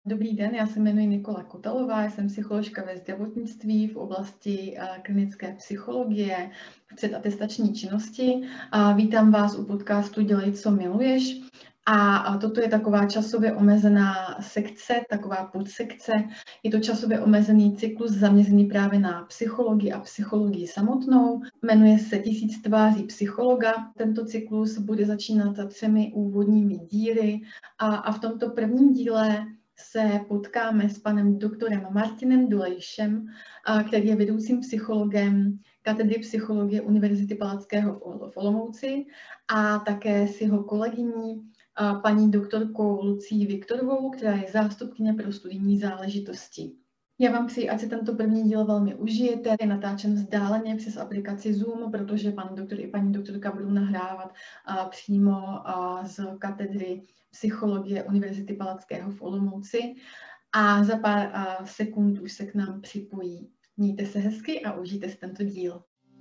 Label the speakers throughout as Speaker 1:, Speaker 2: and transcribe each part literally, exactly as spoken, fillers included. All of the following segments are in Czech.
Speaker 1: Dobrý den, já se jmenuji Nikola Kotalová, jsem psycholožka ve zdravotnictví v oblasti klinické psychologie, předatestační činnosti. A vítám vás u podcastu Dělej, co miluješ. A toto je taková časově omezená sekce, taková podsekce. Je to časově omezený cyklus zaměřený právě na psychologii a psychologii samotnou. Jmenuje se Tisíc tváří psychologa. Tento cyklus bude začínat třemi úvodními díly a, a v tomto prvním díle se potkáme s panem doktorem Martinem Dolejšem, který je vedoucím psychologem katedry psychologie Univerzity Palackého v Olomouci a také s jeho kolegyní paní doktorkou Lucí Viktorovou, která je zástupkyně pro studijní záležitosti. Já vám přeji, ať si tento první díl velmi užijete. Je natáčen vzdáleně přes aplikaci Zoom, protože pan doktor i paní doktorka budou nahrávat uh, přímo uh, z katedry psychologie Univerzity Palackého v Olomouci. A za pár uh, sekund už se k nám připojí. Mějte se hezky a užijte si tento díl.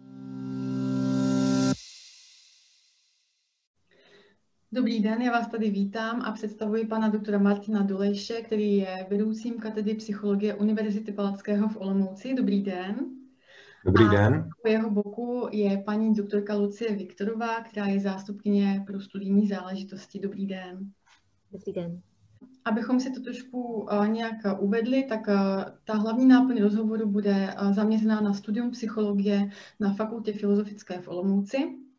Speaker 1: Dobrý den, já vás tady vítám a představuji pana doktora Martina Dolejše, který je vedoucím katedry psychologie Univerzity Palackého v Olomouci. Dobrý den.
Speaker 2: Dobrý den.
Speaker 1: A po jeho boku je paní doktorka Lucie Viktorová, která je zástupkyně pro studijní záležitosti. Dobrý den.
Speaker 3: Dobrý den.
Speaker 1: Abychom si to trošku uh, nějak uvedli, tak uh, ta hlavní náplň rozhovoru bude uh, zaměřená na studium psychologie na Fakultě filozofické v Olomouci.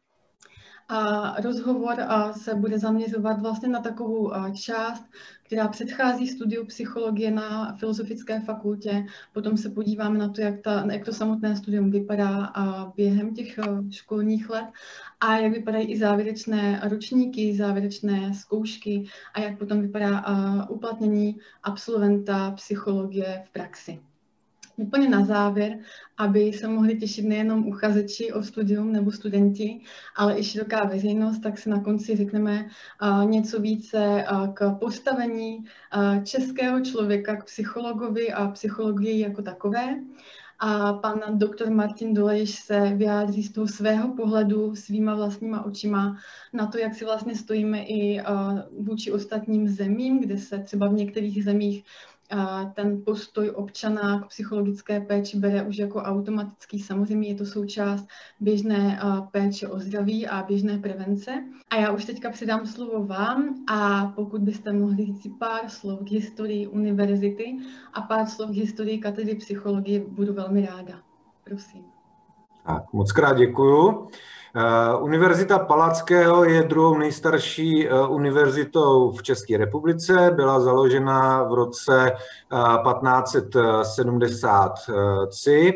Speaker 1: A rozhovor se bude zaměřovat vlastně na takovou část, která předchází studiu psychologie na Filozofické fakultě. Potom se podíváme na to, jak, ta, jak to samotné studium vypadá během těch školních let a jak vypadají i závěrečné ročníky, závěrečné zkoušky a jak potom vypadá uplatnění absolventa psychologie v praxi. Úplně na závěr, aby se mohli těšit nejenom uchazeči o studium nebo studenti, ale i široká veřejnost, tak si na konci řekneme uh, něco více uh, k postavení uh, českého člověka, k psychologovi a psychologii jako takové. A pan doktor Martin Dolejš se vyjádří z toho svého pohledu, svýma vlastníma očima na to, jak si vlastně stojíme i uh, vůči ostatním zemím, kde se třeba v některých zemích ten postoj občana k psychologické péči bere už jako automatický. Samozřejmě je to součást běžné péče o zdraví a běžné prevence. A já už teďka předám slovo vám a pokud byste mohli říct pár slov k historii univerzity a pár slov k historii katedry psychologie, budu velmi ráda. Prosím.
Speaker 2: Tak, moc krát děkuju. Univerzita Palackého je druhou nejstarší univerzitou v České republice. Byla založena v roce patnáct set sedmdesát tři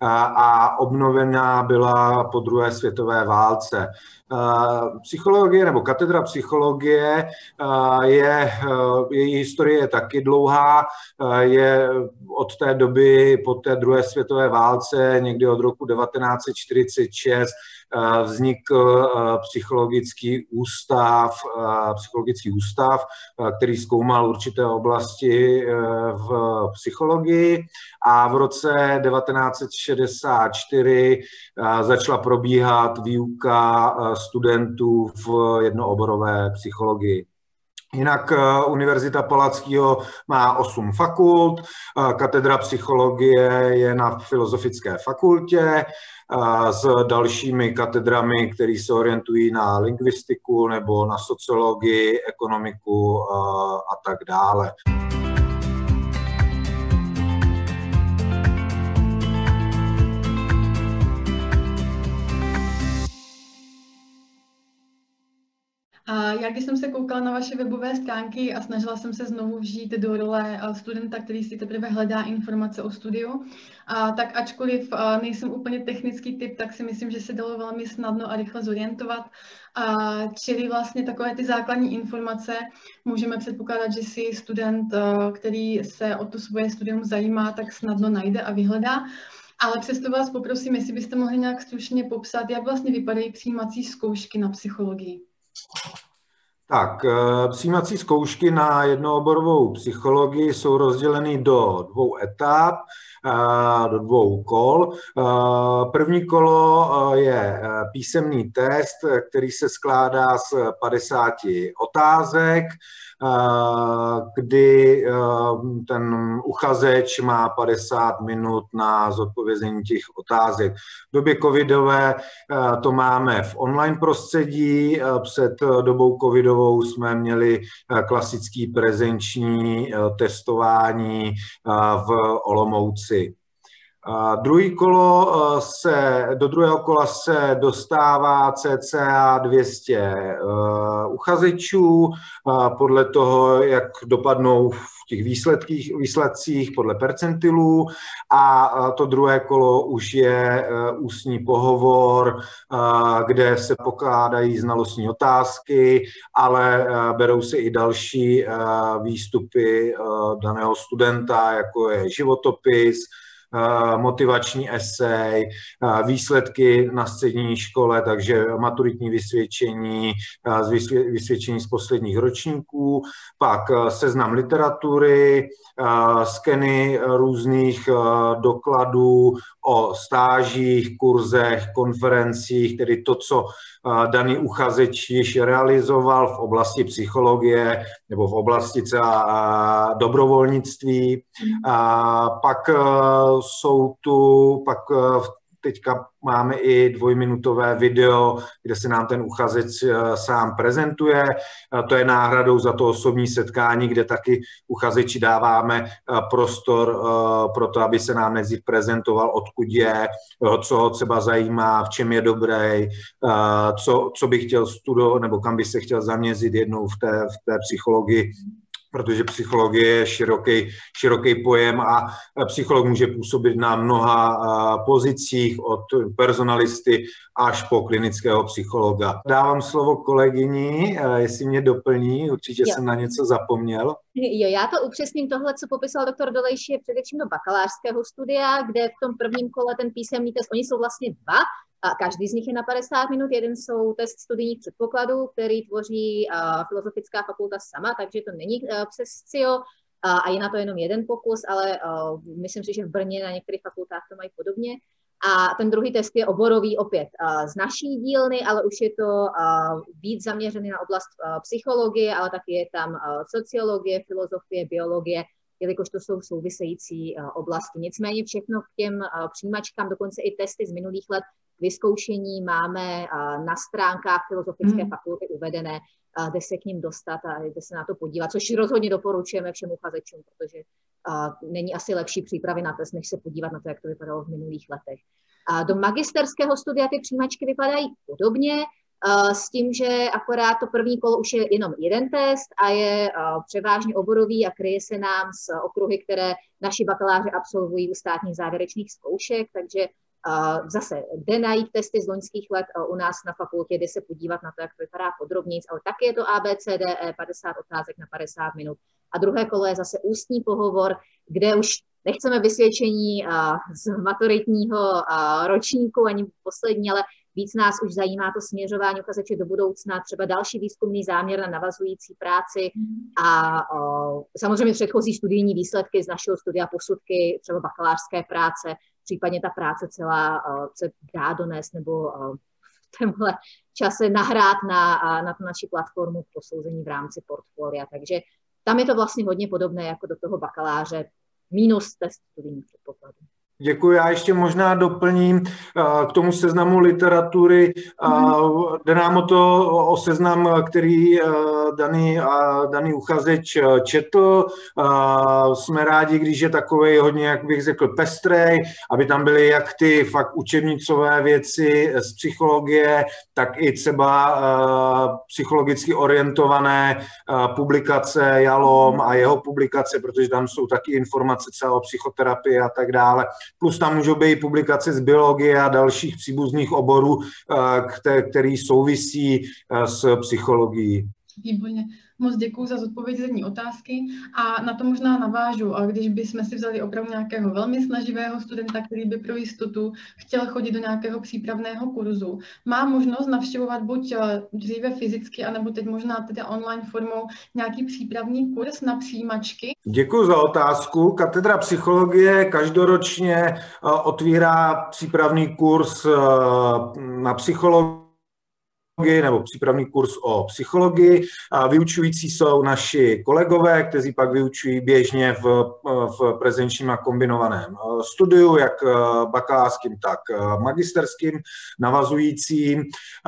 Speaker 2: a obnovená byla po druhé světové válce. Psychologie nebo katedra psychologie je, její historie je taky dlouhá, je od té doby po té druhé světové válce, někdy od roku devatenáct set čtyřicet šest, vznikl psychologický ústav, psychologický ústav, který zkoumal určité oblasti v psychologii a v roce devatenáct set šedesát čtyři začala probíhat výuka studentů v jednooborové psychologii. Jinak Univerzita Palackého má osm fakult, katedra psychologie je na Filozofické fakultě s dalšími katedrami, které se orientují na lingvistiku nebo na sociologii, ekonomiku a tak dále.
Speaker 1: A já, když jsem se koukala na vaše webové stránky a snažila jsem se znovu vžít do role studenta, který si teprve hledá informace o studiu, a tak ačkoliv nejsem úplně technický typ, tak si myslím, že se dalo velmi snadno a rychle zorientovat. A čili vlastně takové ty základní informace můžeme předpokládat, že si student, který se o to svoje studium zajímá, tak snadno najde a vyhledá. Ale přesto vás poprosím, jestli byste mohli nějak stručně popsat, jak vlastně vypadají přijímací zkoušky na psychologii.
Speaker 2: Tak, přijímací zkoušky na jednooborovou psychologii jsou rozděleny do dvou etap, do dvou kol. První kolo je písemný test, který se skládá z padesáti otázek. kdy ten uchazeč má padesát minut na zodpovězení těch otázek. V době covidové to máme v online prostředí, před dobou covidovou jsme měli klasický prezenční testování v Olomouci. Druhý kolo se, do druhého kola se dostává cca dvě stě uchazečů podle toho, jak dopadnou v těch výsledcích, výsledcích podle percentilů, a to druhé kolo už je ústní pohovor, kde se pokládají znalostní otázky, ale berou se i další výstupy daného studenta, jako je životopis, motivační esej, výsledky na střední škole, takže maturitní vysvědčení, vysvědčení z posledních ročníků, pak seznam literatury, skeny různých dokladů o stážích, kurzech, konferencích, tedy to, co daný uchazeč již realizoval v oblasti psychologie nebo v oblasti dobrovolnictví. Pak jsou tu, pak teďka máme i dvojminutové video, kde se nám ten uchazeč sám prezentuje. To je náhradou za to osobní setkání, kde taky uchazeči dáváme prostor pro to, aby se nám nejdřív prezentoval, odkud je, co ho třeba zajímá, v čem je dobrý, co, co by chtěl studovat, nebo kam by se chtěl zaměřit jednou v té, v té psychologii, protože psychologie je široký, široký pojem a psycholog může působit na mnoha pozicích, od personalisty až po klinického psychologa. Dávám slovo kolegyni, jestli mě doplní, určitě jo. Jsem na něco zapomněl.
Speaker 3: Jo, já to upřesním, tohle, co popisal doktor Dolejší, je především do bakalářského studia, kde v tom prvním kole ten písemný test, oni jsou vlastně dva, a každý z nich je na padesát minut, jeden jsou test studijních předpokladů, který tvoří uh, Filozofická fakulta sama, takže to není uh, přes C I O uh, a je na to jenom jeden pokus, ale uh, myslím si, že v Brně na některých fakultách to mají podobně. A ten druhý test je oborový opět uh, z naší dílny, ale už je to uh, víc zaměřený na oblast uh, psychologie, ale taky je tam uh, sociologie, filozofie, biologie, jelikož to jsou související uh, oblasti. Nicméně všechno k těm uh, přijímačkám, dokonce i testy z minulých let, vyzkoušení máme na stránkách Filozofické mm. fakulty uvedené, kde se k ním dostat a kde se na to podívat, což rozhodně doporučujeme všem uchazečům, protože není asi lepší přípravy na test, než se podívat na to, jak to vypadalo v minulých letech. Do magisterského studia ty přijímačky vypadají podobně, s tím, že akorát to první kolo už je jenom jeden test a je převážně oborový a kryje se nám z okruhy, které naši bakaláři absolvují u státních závěrečných zkoušek, takže Uh, zase, kde najít testy z loňských let uh, u nás na fakultě, kde se podívat na to, jak to vypadá podrobněji, ale taky je to A, B, C, D, E, padesát otázek na padesát minut. A druhé kolo je zase ústní pohovor, kde už nechceme vysvědčení uh, z maturitního uh, ročníku, ani poslední, ale víc nás už zajímá to směřování uchazeče do budoucna, třeba další výzkumný záměr na navazující práci a uh, samozřejmě předchozí studijní výsledky z našeho studia, posudky, třeba bakalářské práce, případně ta práce celá uh, se dá donést nebo uh, v tomhle čase nahrát na, uh, na tu naši platformu k posouzení v rámci portfolia. Takže tam je to vlastně hodně podobné jako do toho bakaláře, minus test studijních předpokladů.
Speaker 2: Děkuji. Já ještě možná doplním k tomu seznamu literatury. Jde nám o to, o seznam, který daný, daný uchazeč četl. Jsme rádi, když je takovej hodně, jak bych řekl, pestrej, aby tam byly jak ty fakt učebnicové věci z psychologie, tak i třeba psychologicky orientované publikace Jalom a jeho publikace, protože tam jsou taky informace třeba o psychoterapii a tak dále. Plus tam můžou být publikace z biologie a dalších příbuzných oborů, které souvisí s psychologií.
Speaker 1: Výborně. Moc děkuji za zodpovězení otázky a na to možná navážu. A když bychom si vzali opravdu nějakého velmi snaživého studenta, který by pro jistotu chtěl chodit do nějakého přípravného kurzu, má možnost navštěvovat buď dříve fyzicky, anebo teď možná teda online formou nějaký přípravný kurz na přijímačky?
Speaker 2: Děkuji za otázku. Katedra psychologie každoročně otvírá přípravný kurz na psychologii nebo přípravný kurz o psychologii. Vyučující jsou naši kolegové, kteří pak vyučují běžně v, v prezenčním a kombinovaném studiu, jak bakalářským, tak magisterským, navazujícím.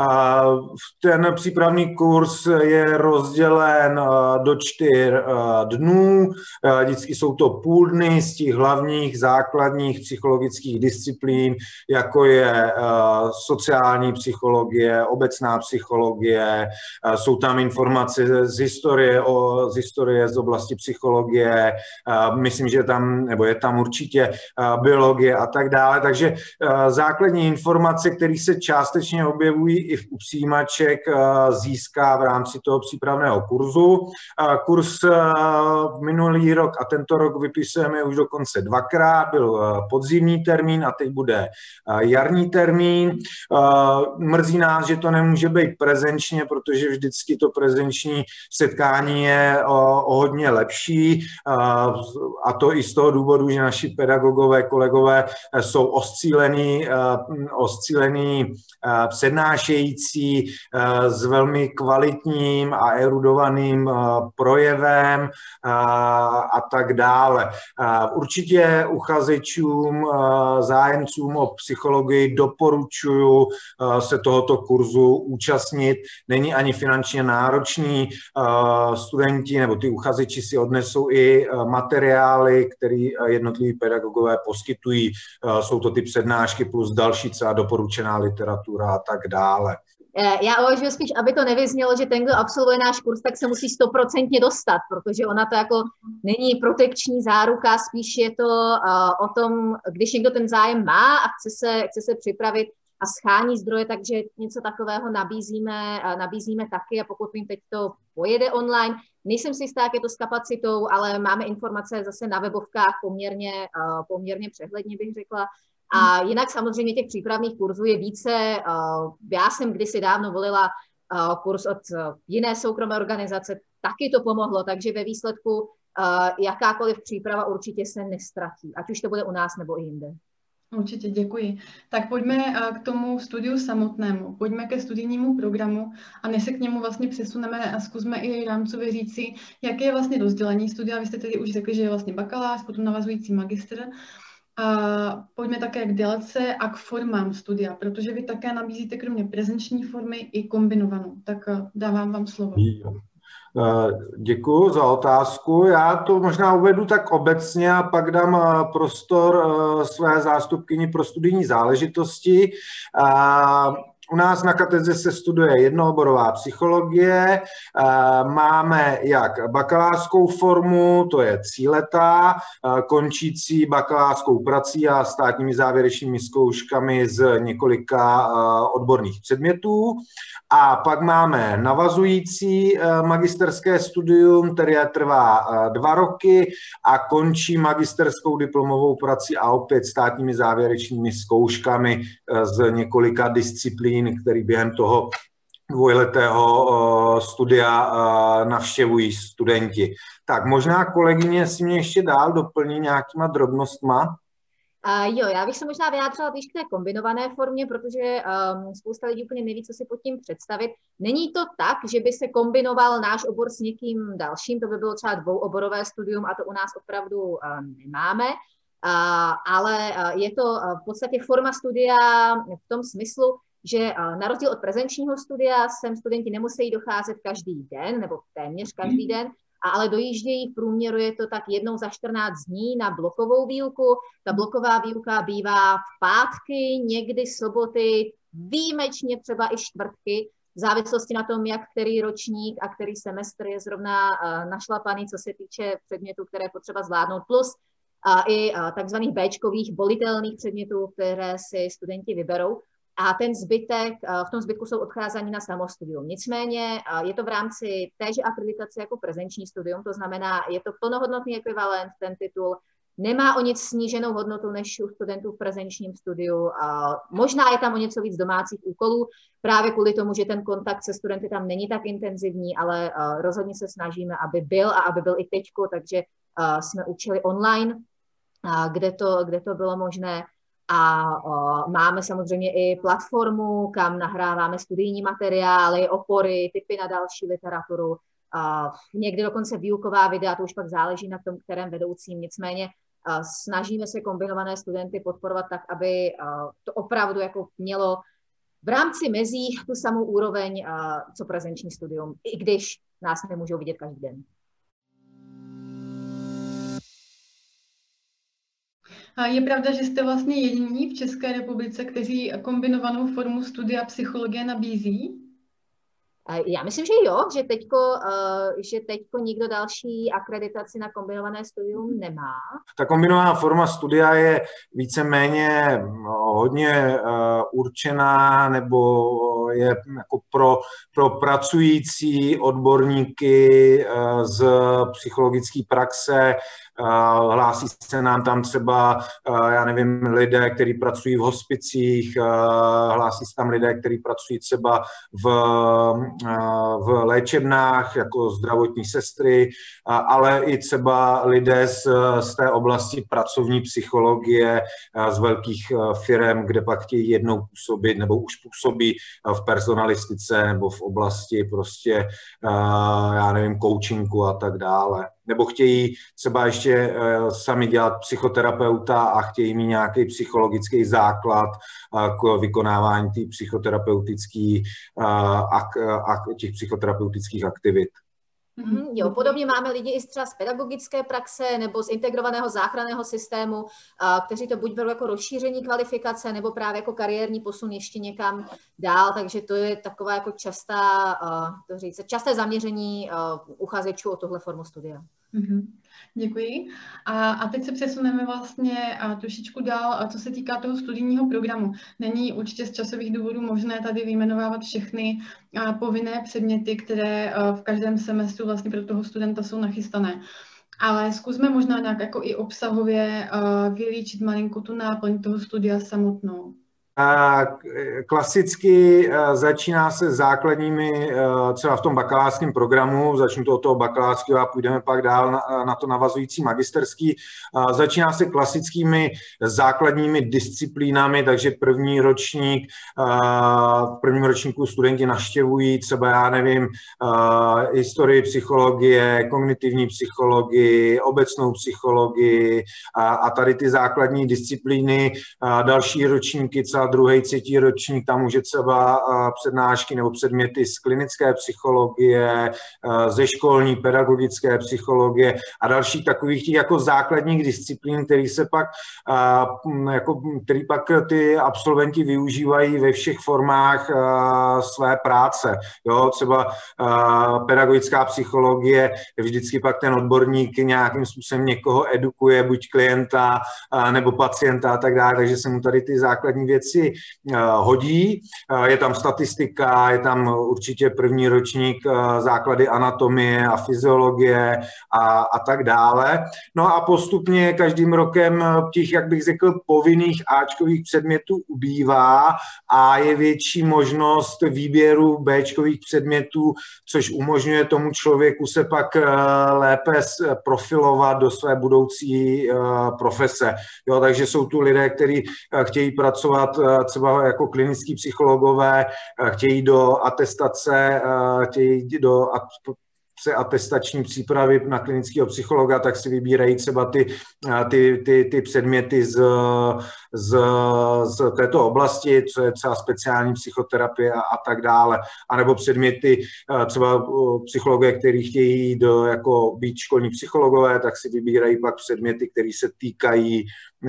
Speaker 2: Ten přípravný kurz je rozdělen do čtyř dnů. Vždycky jsou to půl dny z těch hlavních základních psychologických disciplín, jako je sociální psychologie, obecná psychologie, jsou tam informace z historie, o, z historie z oblasti psychologie, myslím, že tam, nebo je tam určitě biologie a tak dále, takže základní informace, které se částečně objevují i u přijímaček, získá v rámci toho přípravného kurzu. Kurz minulý rok a tento rok vypisujeme už dokonce dvakrát, byl podzimní termín a teď bude jarní termín. Mrzí nás, že to nemůže být prezenčně, protože vždycky to prezenční setkání je o, o hodně lepší, a to i z toho důvodu, že naši pedagogové, kolegové jsou oscílení, oscílení přednášející s velmi kvalitním a erudovaným projevem a tak dále. Určitě uchazečům, zájemcům o psychologii doporučuji se tohoto kurzu účastnit. Není ani finančně náročný. Studenti nebo ty uchazeči si odnesou i materiály, které jednotliví pedagogové poskytují. Jsou to ty přednášky plus další třeba doporučená literatura a tak dále.
Speaker 3: Já uvažuji spíš, aby to nevyznělo, že ten, kdo absolvuje náš kurz, tak se musí stoprocentně dostat, protože ona to jako není protekční záruka, spíš je to uh, o tom, když někdo ten zájem má a chce se, chce se připravit a schání zdroje, takže něco takového nabízíme, uh, nabízíme taky, a pokud vím, teď to pojede online. Nejsem si jistá, jak je to s kapacitou, ale máme informace zase na webovkách poměrně, uh, poměrně přehledně, bych řekla. A jinak samozřejmě těch přípravných kurzů je více. Já jsem kdysi dávno volila kurz od jiné soukromé organizace, taky to pomohlo, takže ve výsledku jakákoliv příprava určitě se nestratí, ať už to bude u nás nebo i jinde.
Speaker 1: Určitě, děkuji. Tak pojďme k tomu studiu samotnému, pojďme ke studijnímu programu a než se k němu vlastně přesuneme a zkusme i rámcově říci, jaké je vlastně rozdělení studia. Vy jste tedy už řekli, že je vlastně bakalář, potom navazující magistr. A pojďme také k délce a k formám studia, protože vy také nabízíte kromě prezenční formy i kombinovanou. Tak dávám vám slovo.
Speaker 2: Děkuji za otázku. Já to možná uvedu tak obecně a pak dám prostor své zástupkyni pro studijní záležitosti. U nás na katedře se studuje jednooborová psychologie, máme jak bakalářskou formu, to je tříletá, končící bakalářskou prací a státními závěrečnými zkouškami z několika odborných předmětů. A pak máme navazující magisterské studium, které trvá dva roky a končí magisterskou diplomovou prací a opět státními závěrečnými zkouškami z několika disciplín, který během toho dvojletého studia navštěvují studenti. Tak možná kolegyně si mě ještě dál doplní nějakýma drobnostma.
Speaker 3: Uh, jo, já bych se možná vyjádřila víš k té kombinované formě, protože um, spousta lidí úplně neví, co si pod tím představit. Není to tak, že by se kombinoval náš obor s někým dalším, to by bylo třeba dvouoborové studium a to u nás opravdu uh, nemáme, uh, ale uh, je to uh, v podstatě forma studia v tom smyslu, že uh, na rozdíl od prezenčního studia sem studenti nemusí docházet každý den, nebo téměř každý den, ale dojíždějí v průměru je to tak jednou za čtrnáct dní na blokovou výuku. Ta bloková výuka bývá v pátky, někdy soboty, výjimečně třeba i čtvrtky, v závislosti na tom, jak který ročník a který semestr je zrovna uh, našlapaný, co se týče předmětů, které potřeba zvládnout, plus uh, i uh, takzvaných béčkových volitelných předmětů, které si studenti vyberou. A ten zbytek, v tom zbytku jsou odcházení na samostudium. Nicméně je to v rámci téže akreditace jako prezenční studium, to znamená, je to plnohodnotný ekvivalent, ten titul nemá o nic sníženou hodnotu než u studentů v prezenčním studiu. Možná je tam o něco víc domácích úkolů, právě kvůli tomu, že ten kontakt se studenty tam není tak intenzivní, ale rozhodně se snažíme, aby byl a aby byl i teďko, takže jsme učili online, kde to, kde to bylo možné. A uh, máme samozřejmě i platformu, kam nahráváme studijní materiály, opory, tipy na další literaturu. Uh, někdy dokonce výuková videa, to už pak záleží na tom, kterém vedoucím. Nicméně uh, snažíme se kombinované studenty podporovat tak, aby uh, to opravdu jako mělo v rámci mezí tu samou úroveň, uh, co prezenční studium, i když nás nemůžou vidět každý den.
Speaker 1: A je pravda, že jste vlastně jediní v České republice, kteří kombinovanou formu studia psychologie nabízí?
Speaker 3: Já myslím, že jo, že teďko, že teďko nikdo další akreditaci na kombinované studium nemá.
Speaker 2: Ta kombinovaná forma studia je víceméně hodně určená nebo je jako pro, pro pracující odborníky z psychologické praxe. Hlásí se nám tam třeba, já nevím, lidé, kteří pracují v hospicích, hlásí se tam lidé, kteří pracují třeba v, v léčebnách jako zdravotní sestry, ale i třeba lidé z, z té oblasti pracovní psychologie z velkých firem, kde pak chtějí jednou působit nebo už působí v personalistice nebo v oblasti prostě, já nevím, coachingu a tak dále. Nebo chtějí třeba ještě sami dělat psychoterapeuta a chtějí mít nějaký psychologický základ k vykonávání těch psychoterapeutických, těch psychoterapeutických aktivit.
Speaker 3: Mm, jo, podobně máme lidi i třeba z pedagogické praxe nebo z integrovaného záchranného systému, kteří to buď berou jako rozšíření kvalifikace nebo právě jako kariérní posun ještě někam dál, takže to je taková jako častá, to říct, časté zaměření uchazečů o tuhle formu studia.
Speaker 1: Mm-hmm. Děkuji. A, a teď se přesuneme vlastně a trošičku dál, a co se týká toho studijního programu. Není určitě z časových důvodů možné tady vyjmenovávat všechny a, povinné předměty, které a, v každém semestru vlastně pro toho studenta jsou nachystané. Ale zkusme možná nějak jako i obsahově a, vylíčit malinko tu náplň toho studia samotnou.
Speaker 2: Klasicky začíná se základními, třeba v tom bakalářském programu, začnu to od toho bakalářského a půjdeme pak dál na, na to navazující magisterský. Začíná se klasickými základními disciplínami, takže první ročník, v prvním ročníku studenti navštěvují třeba, já nevím, historii psychologie, kognitivní psychologii, obecnou psychologii a, a tady ty základní disciplíny. Další ročníky, třeba druhý, třetí ročník, tam už je třeba přednášky nebo předměty z klinické psychologie, ze školní pedagogické psychologie a dalších takových těch jako základních disciplín, který se pak, jako, který pak ty absolventi využívají ve všech formách své práce. Jo, třeba pedagogická psychologie, vždycky pak ten odborník nějakým způsobem někoho edukuje, buď klienta nebo pacienta a tak dále, takže se mu tady ty základní věci hodí. Je tam statistika, je tam určitě první ročník základy anatomie a fyziologie a, a tak dále. No a postupně každým rokem těch, jak bych řekl, povinných áčkových předmětů ubývá a je větší možnost výběru béčkových předmětů, což umožňuje tomu člověku se pak lépe profilovat do své budoucí profese. Jo, takže jsou tu lidé, kteří chtějí pracovat třeba jako klinický psychologové, chtějí do atestace, chtějí do atestační přípravy na klinického psychologa, tak si vybírají třeba ty, ty, ty, ty předměty z, z, z této oblasti, co je třeba speciální psychoterapie a, a tak dále. A nebo předměty třeba psychologové, kteří chtějí do, jako být školní psychologové, tak si vybírají pak předměty, které se týkají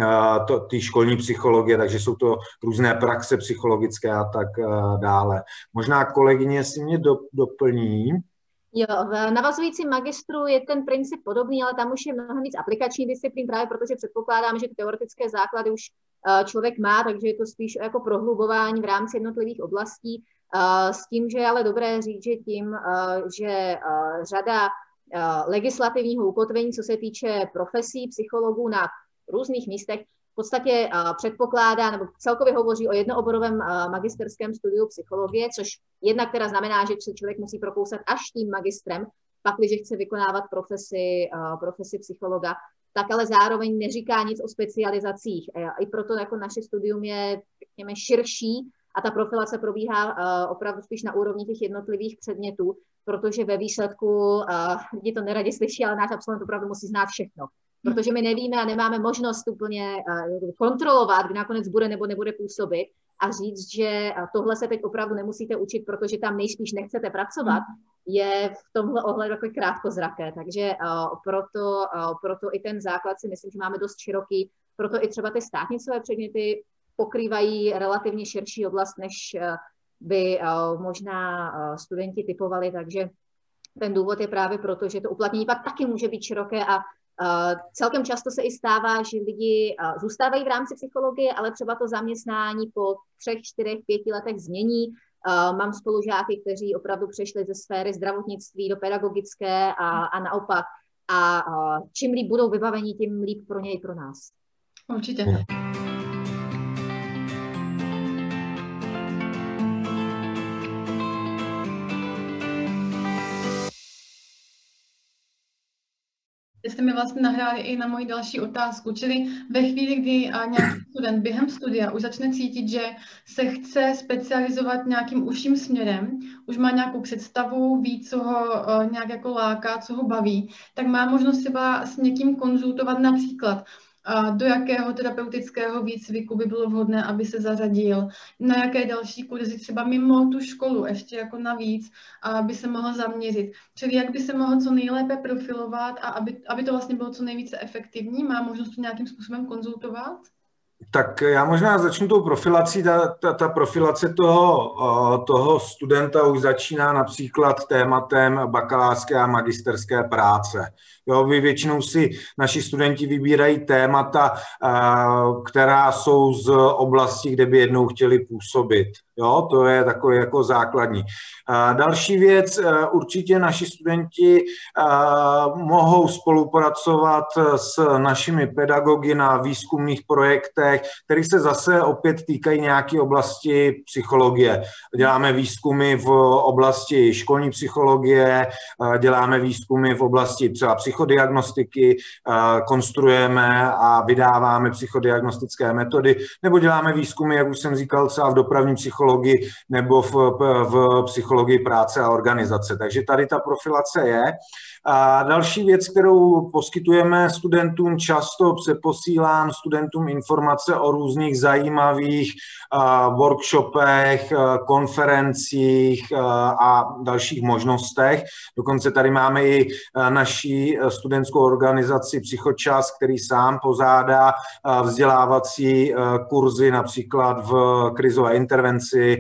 Speaker 2: ty školní psychologie, takže jsou to různé praxe psychologické a tak dále. Možná kolegyně si mě do, doplní.
Speaker 3: Jo, v navazujícím magistru je ten princip podobný, ale tam už je mnohem víc aplikační disciplín, právě protože předpokládám, že teoretické základy už člověk má, takže je to spíš jako prohlubování v rámci jednotlivých oblastí. S tím, že je ale dobré říct, že tím, že řada legislativního ukotvení, co se týče profesí psychologů na různých místech, v podstatě uh, předpokládá nebo celkově hovoří o jednooborovém uh, magisterském studiu psychologie, což jednak teda znamená, že se člověk musí prokousat až tím magistrem, pakliže chce vykonávat profesi, uh, profesi psychologa. tak ale zároveň neříká nic o specializacích. I proto jako naše studium je, řekněme, širší a ta profilace probíhá opravdu spíš na úrovni těch jednotlivých předmětů, protože ve výsledku, lidi to neradi slyší, ale náš absolvent opravdu musí znát všechno. Protože my nevíme a nemáme možnost úplně kontrolovat, kdy nakonec bude nebo nebude působit a říct, že tohle se teď opravdu nemusíte učit, protože tam nejspíš nechcete pracovat, je v tomhle ohledu jako krátkozraké. Takže proto, proto i ten základ si myslím, že máme dost široký, proto i třeba ty státnicové předměty pokrývají relativně širší oblast, než by možná studenti typovali, takže ten důvod je právě proto, že to uplatnění pak taky může být široké a Uh, celkem často se i stává, že lidi uh, zůstávají v rámci psychologie, ale třeba to zaměstnání po třech, čtyřech, pěti letech změní. Uh, mám spolužáky, kteří opravdu přešli ze sféry zdravotnictví do pedagogické a, a naopak. A uh, čím líp budou vybavení, tím líp pro ně i pro nás.
Speaker 1: Určitě. Jste mi vlastně nahráli i na moji další otázku, čili ve chvíli, kdy nějaký student během studia už začne cítit, že se chce specializovat nějakým užším směrem, už má nějakou představu, ví, co ho nějak jako láká, co ho baví, tak má možnost třeba s někým konzultovat například, do jakého terapeutického výcviku by bylo vhodné, aby se zařadil, na jaké další kurzy třeba mimo tu školu, ještě jako navíc, aby se mohl zaměřit. Čili jak by se mohl co nejlépe profilovat a aby, aby to vlastně bylo co nejvíce efektivní, má možnost to nějakým způsobem konzultovat?
Speaker 2: Tak já možná začnu tou profilací. Ta, ta, ta profilace toho, toho studenta už začíná například tématem bakalářské a magisterské práce. Jo, vy většinou si naši studenti vybírají témata, která jsou z oblasti, kde by jednou chtěli působit. Jo, to je takové jako základní. Další věc, určitě naši studenti mohou spolupracovat s našimi pedagogy na výzkumných projektech, které se zase opět týkají nějaké oblasti psychologie. Děláme výzkumy v oblasti školní psychologie, děláme výzkumy v oblasti třeba psychodiagnostiky, konstruujeme a vydáváme psychodiagnostické metody, nebo děláme výzkumy, jak už jsem říkal, třeba v dopravní psychologii nebo v, v psychologii práce a organizace. Takže tady ta profilace je. A další věc, kterou poskytujeme studentům, často přeposílám studentům informace o různých zajímavých uh, workshopech, uh, konferencích uh, a dalších možnostech. Dokonce tady máme i uh, naší studentskou organizaci Psychočas, který sám pozádá uh, vzdělávací uh, kurzy například v krizové intervenci,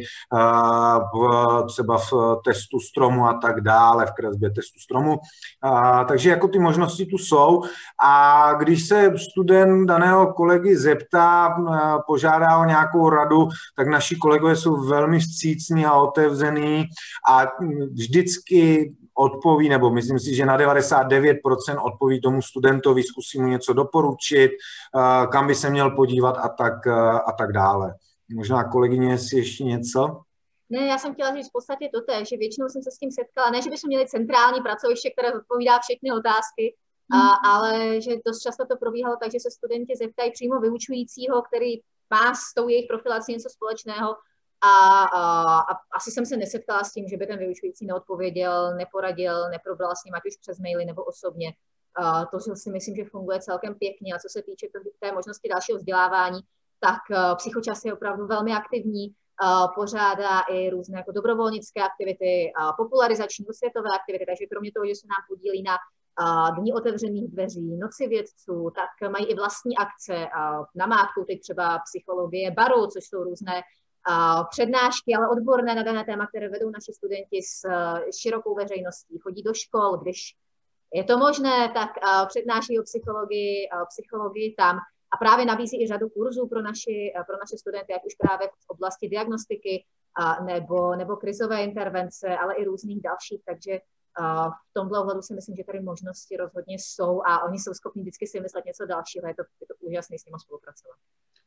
Speaker 2: uh, v, třeba v testu stromu a tak dále, v kresbě testu stromu. A, takže jako ty možnosti tu jsou a když se student daného kolegy zeptá, a, požádá o nějakou radu, tak naši kolegové jsou velmi vstřícní a otevření a vždycky odpoví, nebo myslím si, že na devadesát devět procent odpoví tomu studentovi, zkusí mu něco doporučit, a, kam by se měl podívat a tak, a, a tak dále. Možná kolegyně, jestli ještě něco?
Speaker 3: Ne, já jsem chtěla říct v podstatě to též, že většinou jsem se s tím setkala, ne, že bychom měli centrální pracoviště, které odpovídá všechny otázky, mm. a, ale že dost často to probíhalo tak, že se studenti zeptají přímo vyučujícího, který má s tou jejich profilací něco společného a, a, a asi jsem se nesetkala s tím, že by ten vyučující neodpověděl, neporadil, neprobral s ním, ať už přes maily nebo osobně. A to si myslím, že funguje celkem pěkně a co se týče té možnosti dalšího vzdělávání, tak Psychočas je opravdu velmi aktivní. Pořádá i různé jako dobrovolnické aktivity, popularizační osvětové aktivity, takže kromě toho, že se nám podílí na dní otevřených dveří, noci vědců, tak mají i vlastní akce, namátkou teď třeba psychologie baru, což jsou různé přednášky, ale odborné na dané téma, které vedou naši studenti s širokou veřejností, chodí do škol, když je to možné, tak přednáší o psychologii, o psychologii tam. A právě nabízí i řadu kurzů pro naši, pro naše studenty, ať už právě v oblasti diagnostiky a, nebo, nebo krizové intervence, ale i různých dalších. Takže a, v tomhle ohledu si myslím, že tady možnosti rozhodně jsou a oni jsou schopni vždycky si myslet něco dalšího. Je to, je to úžasné s nimi spolupracovat.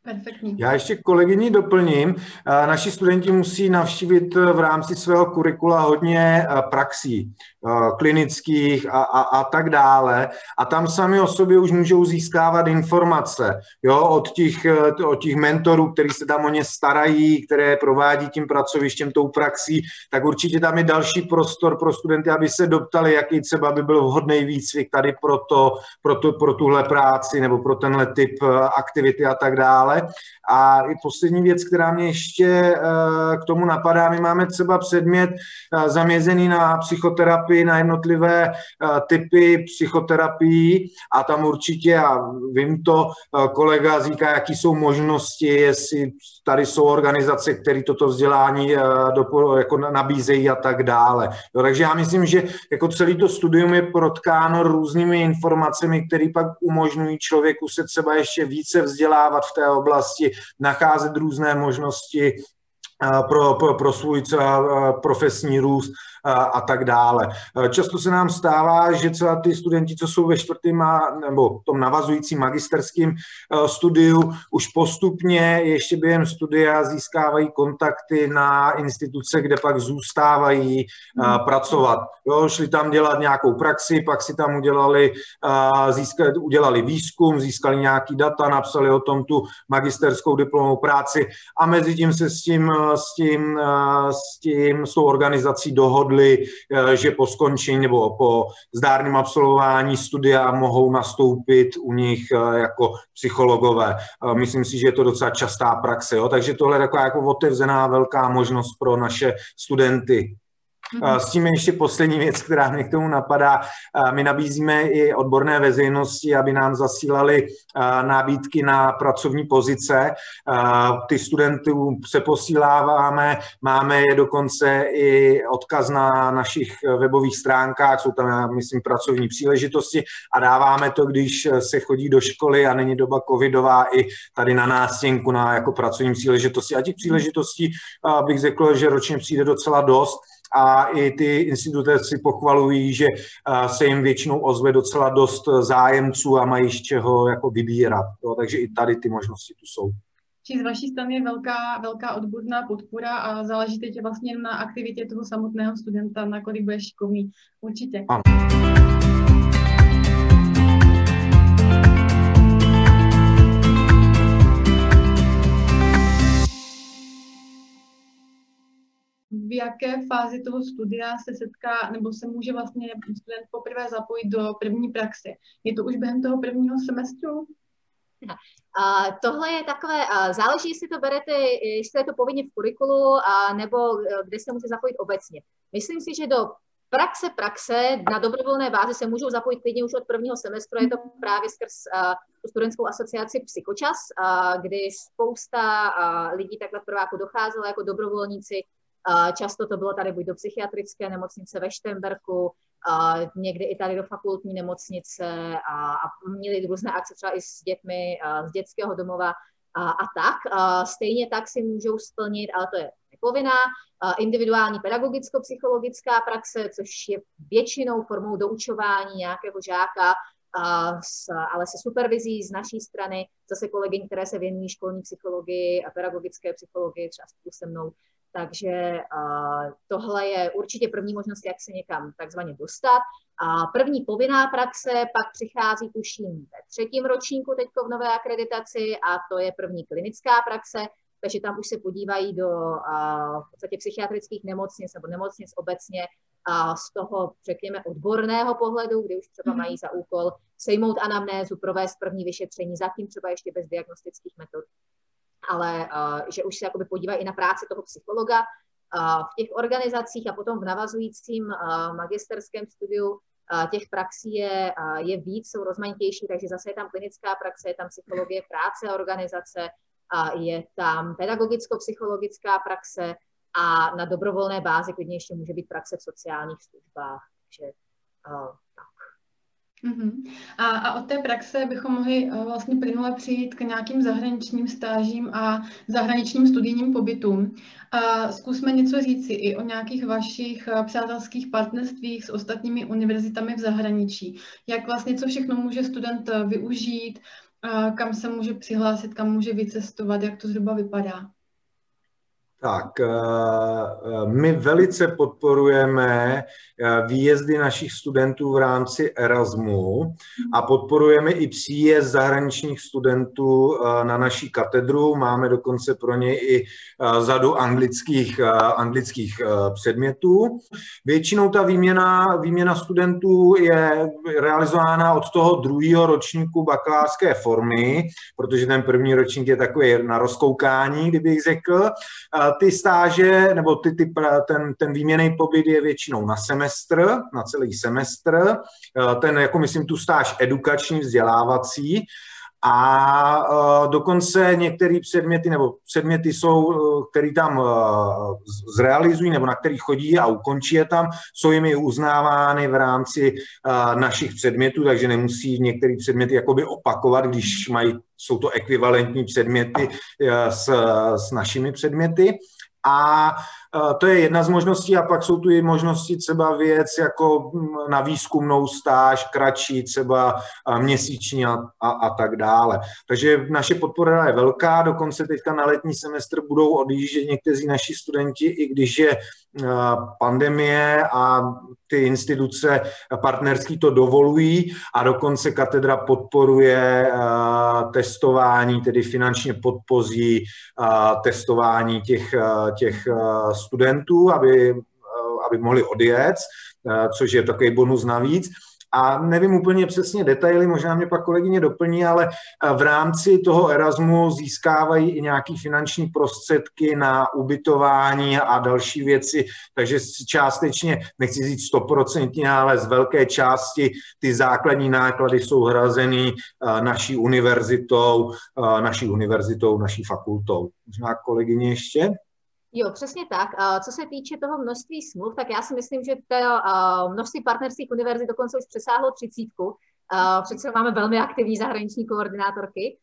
Speaker 1: Perfektní.
Speaker 2: Já ještě kolegyni doplním. Naši studenti musí navštívit v rámci svého kurikula hodně praxí, klinických a, a, a tak dále. A tam sami o sobě už můžou získávat informace, jo, od těch, od těch mentorů, kteří se tam o ně starají, které provádí tím pracovištěm, tou praxí, tak určitě tam je další prostor pro studenty, aby se doptali, jaký třeba by byl vhodný výcvik tady pro, to, pro, to, pro tuhle práci nebo pro tenhle typ aktivity a tak dále. A i poslední věc, která mě ještě k tomu napadá, my máme třeba předmět zaměřený na psychoterapii, na jednotlivé typy psychoterapii a tam určitě, já vím to, kolega říká, jaký jsou možnosti, jestli tady jsou organizace, které toto vzdělání jako nabízejí a tak dále. Jo, takže já myslím, že jako celý to studium je protkáno různými informacemi, které pak umožňují člověku se třeba ještě více vzdělávat v té oblasti, nacházet různé možnosti pro, pro, pro svůj profesní růst a tak dále. Často se nám stává, že třeba ty studenti, co jsou ve čtvrtém nebo tom navazujícím magisterském studiu, už postupně ještě během studia získávají kontakty na instituce, kde pak zůstávají hmm. pracovat. Jo, šli tam dělat nějakou praxi, pak si tam udělali, získali, udělali výzkum, získali nějaký data, napsali o tom tu magisterskou diplomovou práci a mezi tím se s tím, s tím, s tím, s tou organizací dohodli, že po skončení nebo po zdárném absolvování studia mohou nastoupit u nich jako psychologové. Myslím si, že je to docela častá praxe, jo? Takže tohle je taková jako otevřená velká možnost pro naše studenty. S tím je ještě poslední věc, která mě k tomu napadá. My nabízíme i odborné veřejnosti, aby nám zasílali nabídky na pracovní pozice. Ty studentů se posíláváme, máme je dokonce i odkaz na našich webových stránkách, jsou tam, já myslím, pracovní příležitosti a dáváme to, když se chodí do školy a není doba covidová, i tady na nástěnku na jako pracovní příležitosti. A těch příležitostí bych řekl, že ročně přijde docela dost. A i ty instituce si pochvalují, že se jim většinou ozve docela dost zájemců a mají z čeho jako vybírat. Jo, takže i tady ty možnosti tu jsou.
Speaker 1: Či z vaší strany je velká, velká odborná podpora a záleží teď vlastně na aktivitě toho samotného studenta, nakolik bude šikovný. Určitě.
Speaker 2: Ano.
Speaker 1: V jaké fázi toho studia se setká, nebo se může vlastně student poprvé zapojit do první praxe? Je to už během toho prvního semestru?
Speaker 3: A tohle je takové, záleží, jestli to berete, jestli je to povinně v kurikulu, a nebo kde se může zapojit obecně. Myslím si, že do praxe praxe na dobrovolné bázi se můžou zapojit klidně už od prvního semestru. Je to právě skrz tu studentskou asociaci Psychočas, kdy spousta lidí takhle v prváku docházela jako dobrovolníci. Často to bylo tady buď do psychiatrické nemocnice ve Šternberku, někdy i tady do fakultní nemocnice a, a měli různé akce třeba i s dětmi z dětského domova a, a tak. Stejně tak si můžou splnit, ale to je nepovinná, individuální pedagogicko-psychologická praxe, což je většinou formou doučování nějakého žáka, S, ale se supervizí z naší strany, zase kolegyň, které se věnují školní psychologii a pedagogické psychologii, třeba spolu se mnou. Takže uh, tohle je určitě první možnost, jak se někam takzvaně dostat. A první povinná praxe pak přichází, tuším, ve třetím ročníku teďko v nové akreditaci a to je první klinická praxe, takže tam už se podívají do uh, v podstatě psychiatrických nemocnic nebo nemocnic obecně a z toho, řekněme, odborného pohledu, kdy už třeba mají za úkol sejmout anamnézu, provést první vyšetření, zatím třeba ještě bez diagnostických metod, ale uh, že už se jakoby podívají i na práci toho psychologa uh, v těch organizacích a potom v navazujícím uh, magisterském studiu uh, těch praxí je, uh, je víc, jsou rozmanitější, takže zase je tam klinická praxe, je tam psychologie práce a organizace, uh, je tam pedagogicko-psychologická praxe a na dobrovolné bázi klidně ještě může být praxe v sociálních službách. Takže uh, tak.
Speaker 1: Uh-huh. A, a od té praxe bychom mohli uh, vlastně plynule přijít k nějakým zahraničním stážím a zahraničním studijním pobytům. A zkusme něco říci i o nějakých vašich uh, přátelských partnerstvích s ostatními univerzitami v zahraničí. Jak vlastně, co všechno může student uh, využít, kam se může přihlásit, kam může vycestovat, jak to zhruba vypadá?
Speaker 2: Tak, my velice podporujeme výjezdy našich studentů v rámci Erasmu a podporujeme i příjezd zahraničních studentů na naší katedru. Máme dokonce pro ně i řadu anglických, anglických předmětů. Většinou ta výměna, výměna studentů je realizována od toho druhého ročníku bakalářské formy, protože ten první ročník je takový na rozkoukání, kdybych řekl. Ty stáže, nebo ty, ty, ten, ten výměnný pobyt je většinou na semestr, na celý semestr, ten, jako myslím, tu stáž edukační, vzdělávací, a dokonce některé předměty, nebo předměty jsou, které tam zrealizují, nebo na kterých chodí a ukončí je tam, jsou jimi uznávány v rámci našich předmětů, takže nemusí některé předměty jakoby opakovat, když mají, jsou to ekvivalentní předměty s, s našimi předměty. A to je jedna z možností, a pak jsou tu i možnosti třeba věc jako na výzkumnou stáž, kratší, třeba měsíční a, a, a tak dále. Takže naše podpora je velká, dokonce teďka na letní semestr budou odjíždět někteří naši studenti, i když je pandemie a ty instituce partnerský to dovolují, a dokonce katedra podporuje testování, tedy finančně podpoří testování těch, těch studentů, aby, aby mohli odjet, což je takový bonus navíc. A nevím úplně přesně detaily, možná mě pak kolegyně doplní, ale v rámci toho Erasmu získávají i nějaké finanční prostředky na ubytování a další věci, takže částečně, nechci říct stoprocentně, ale z velké části ty základní náklady jsou hrazeny naší univerzitou, naší univerzitou, naší fakultou. Možná kolegyně ještě?
Speaker 3: Jo, přesně tak. Co se týče toho množství smluv, tak já si myslím, že to množství partnerských univerzit dokonce už přesáhlo třicítku. Přece máme velmi aktivní zahraniční koordinátorky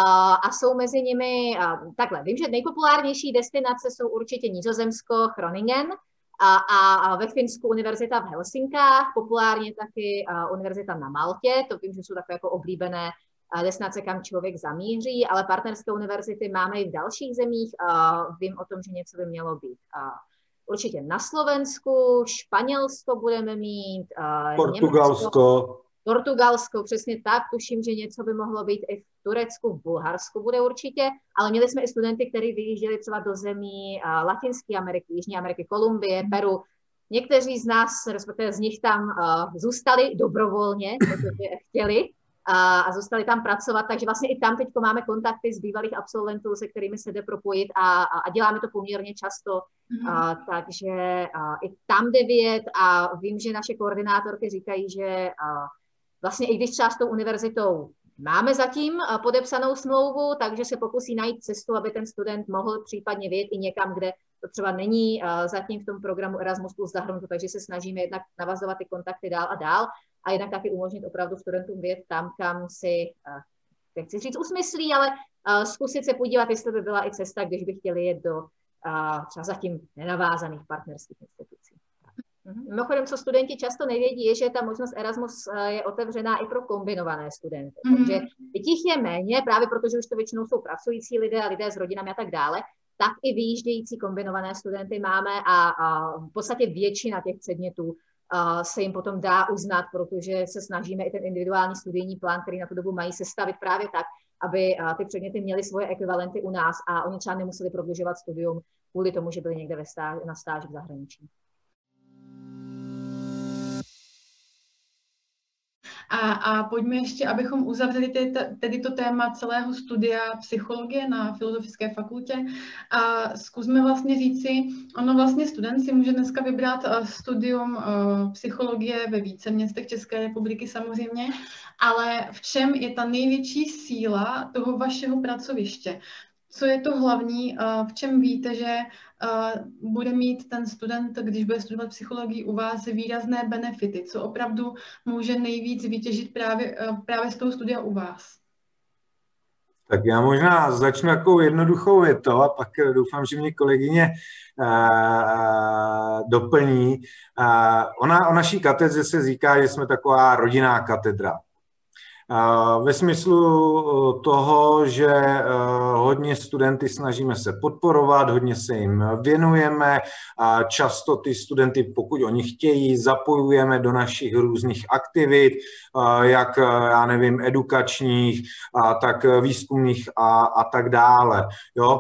Speaker 3: a jsou mezi nimi, takhle, vím, že nejpopulárnější destinace jsou určitě Nizozemsko, Groningen, a, a ve Finsku univerzita v Helsinkách, populárně taky univerzita na Maltě, to vím, že jsou takové jako oblíbené destinace, kam člověk zamíří, ale partnerské univerzity máme i v dalších zemích. Vím o tom, že něco by mělo být určitě na Slovensku, Španělsko budeme mít,
Speaker 2: Portugalsko.
Speaker 3: Německo, Portugalsko, přesně tak, tuším, že něco by mohlo být i v Turecku, v Bulharsku bude určitě, ale měli jsme i studenty, kteří vyjížděli třeba do zemí Latinské Ameriky, Jižní Ameriky, Kolumbie, Peru. Někteří z nás, respektive z nich tam zůstali dobrovolně, protože chtěli, a zůstali tam pracovat, takže vlastně i tam teď máme kontakty z bývalých absolventů, se kterými se jde propojit a, a děláme to poměrně často, mm. a, takže a, i tam jde vyjet a vím, že naše koordinátorky říkají, že a, vlastně i když třeba s tou univerzitou máme zatím podepsanou smlouvu, takže se pokusí najít cestu, aby ten student mohl případně vyjet i někam, kde to třeba není a, zatím v tom programu Erasmus plus zahrnuto, takže se snažíme jednak navazovat ty kontakty dál a dál, a jednak taky umožnit opravdu studentům vyjet tam, kam si, nechci říct usmyslí, ale zkusit se podívat, jestli by byla i cesta, když by chtěli jet do třeba zatím nenavázaných partnerských institucí. Mimochodem, co studenti často nevědí, je, že ta možnost Erasmus je otevřená i pro kombinované studenty. Mm. Takže těch je méně, právě protože už to většinou jsou pracující lidé a lidé s rodinami a tak dále, tak i vyjíždějící kombinované studenty máme a, a v podstatě většina těch předmětů se jim potom dá uznat, protože se snažíme i ten individuální studijní plán, který na tu dobu mají, sestavit právě tak, aby ty předměty měly svoje ekvivalenty u nás a oni třeba nemuseli prodlužovat studium kvůli tomu, že byli někde ve stáži, na stáži v zahraničí.
Speaker 1: A, a pojďme ještě, abychom uzavřeli tedy to téma celého studia psychologie na Filozofické fakultě. A zkusme vlastně říci, ono vlastně student si může dneska vybrat studium psychologie ve více městech České republiky samozřejmě, ale v čem je ta největší síla toho vašeho pracoviště? Co je to hlavní, v čem víte, že bude mít ten student, když bude studovat psychologii u vás, výrazné benefity? Co opravdu může nejvíc vytěžit právě, právě z toho studia u vás?
Speaker 2: Tak já možná začnu jako jednoduchou větou a pak doufám, že mě kolegyně uh, doplní. Uh, ona, o naší katedře se říká, že jsme taková rodinná katedra. Ve smyslu toho, že hodně studenty snažíme se podporovat, hodně se jim věnujeme a často ty studenty, pokud oni chtějí, zapojujeme do našich různých aktivit, jak, já nevím, edukačních, tak výzkumných a, a tak dále. Jo?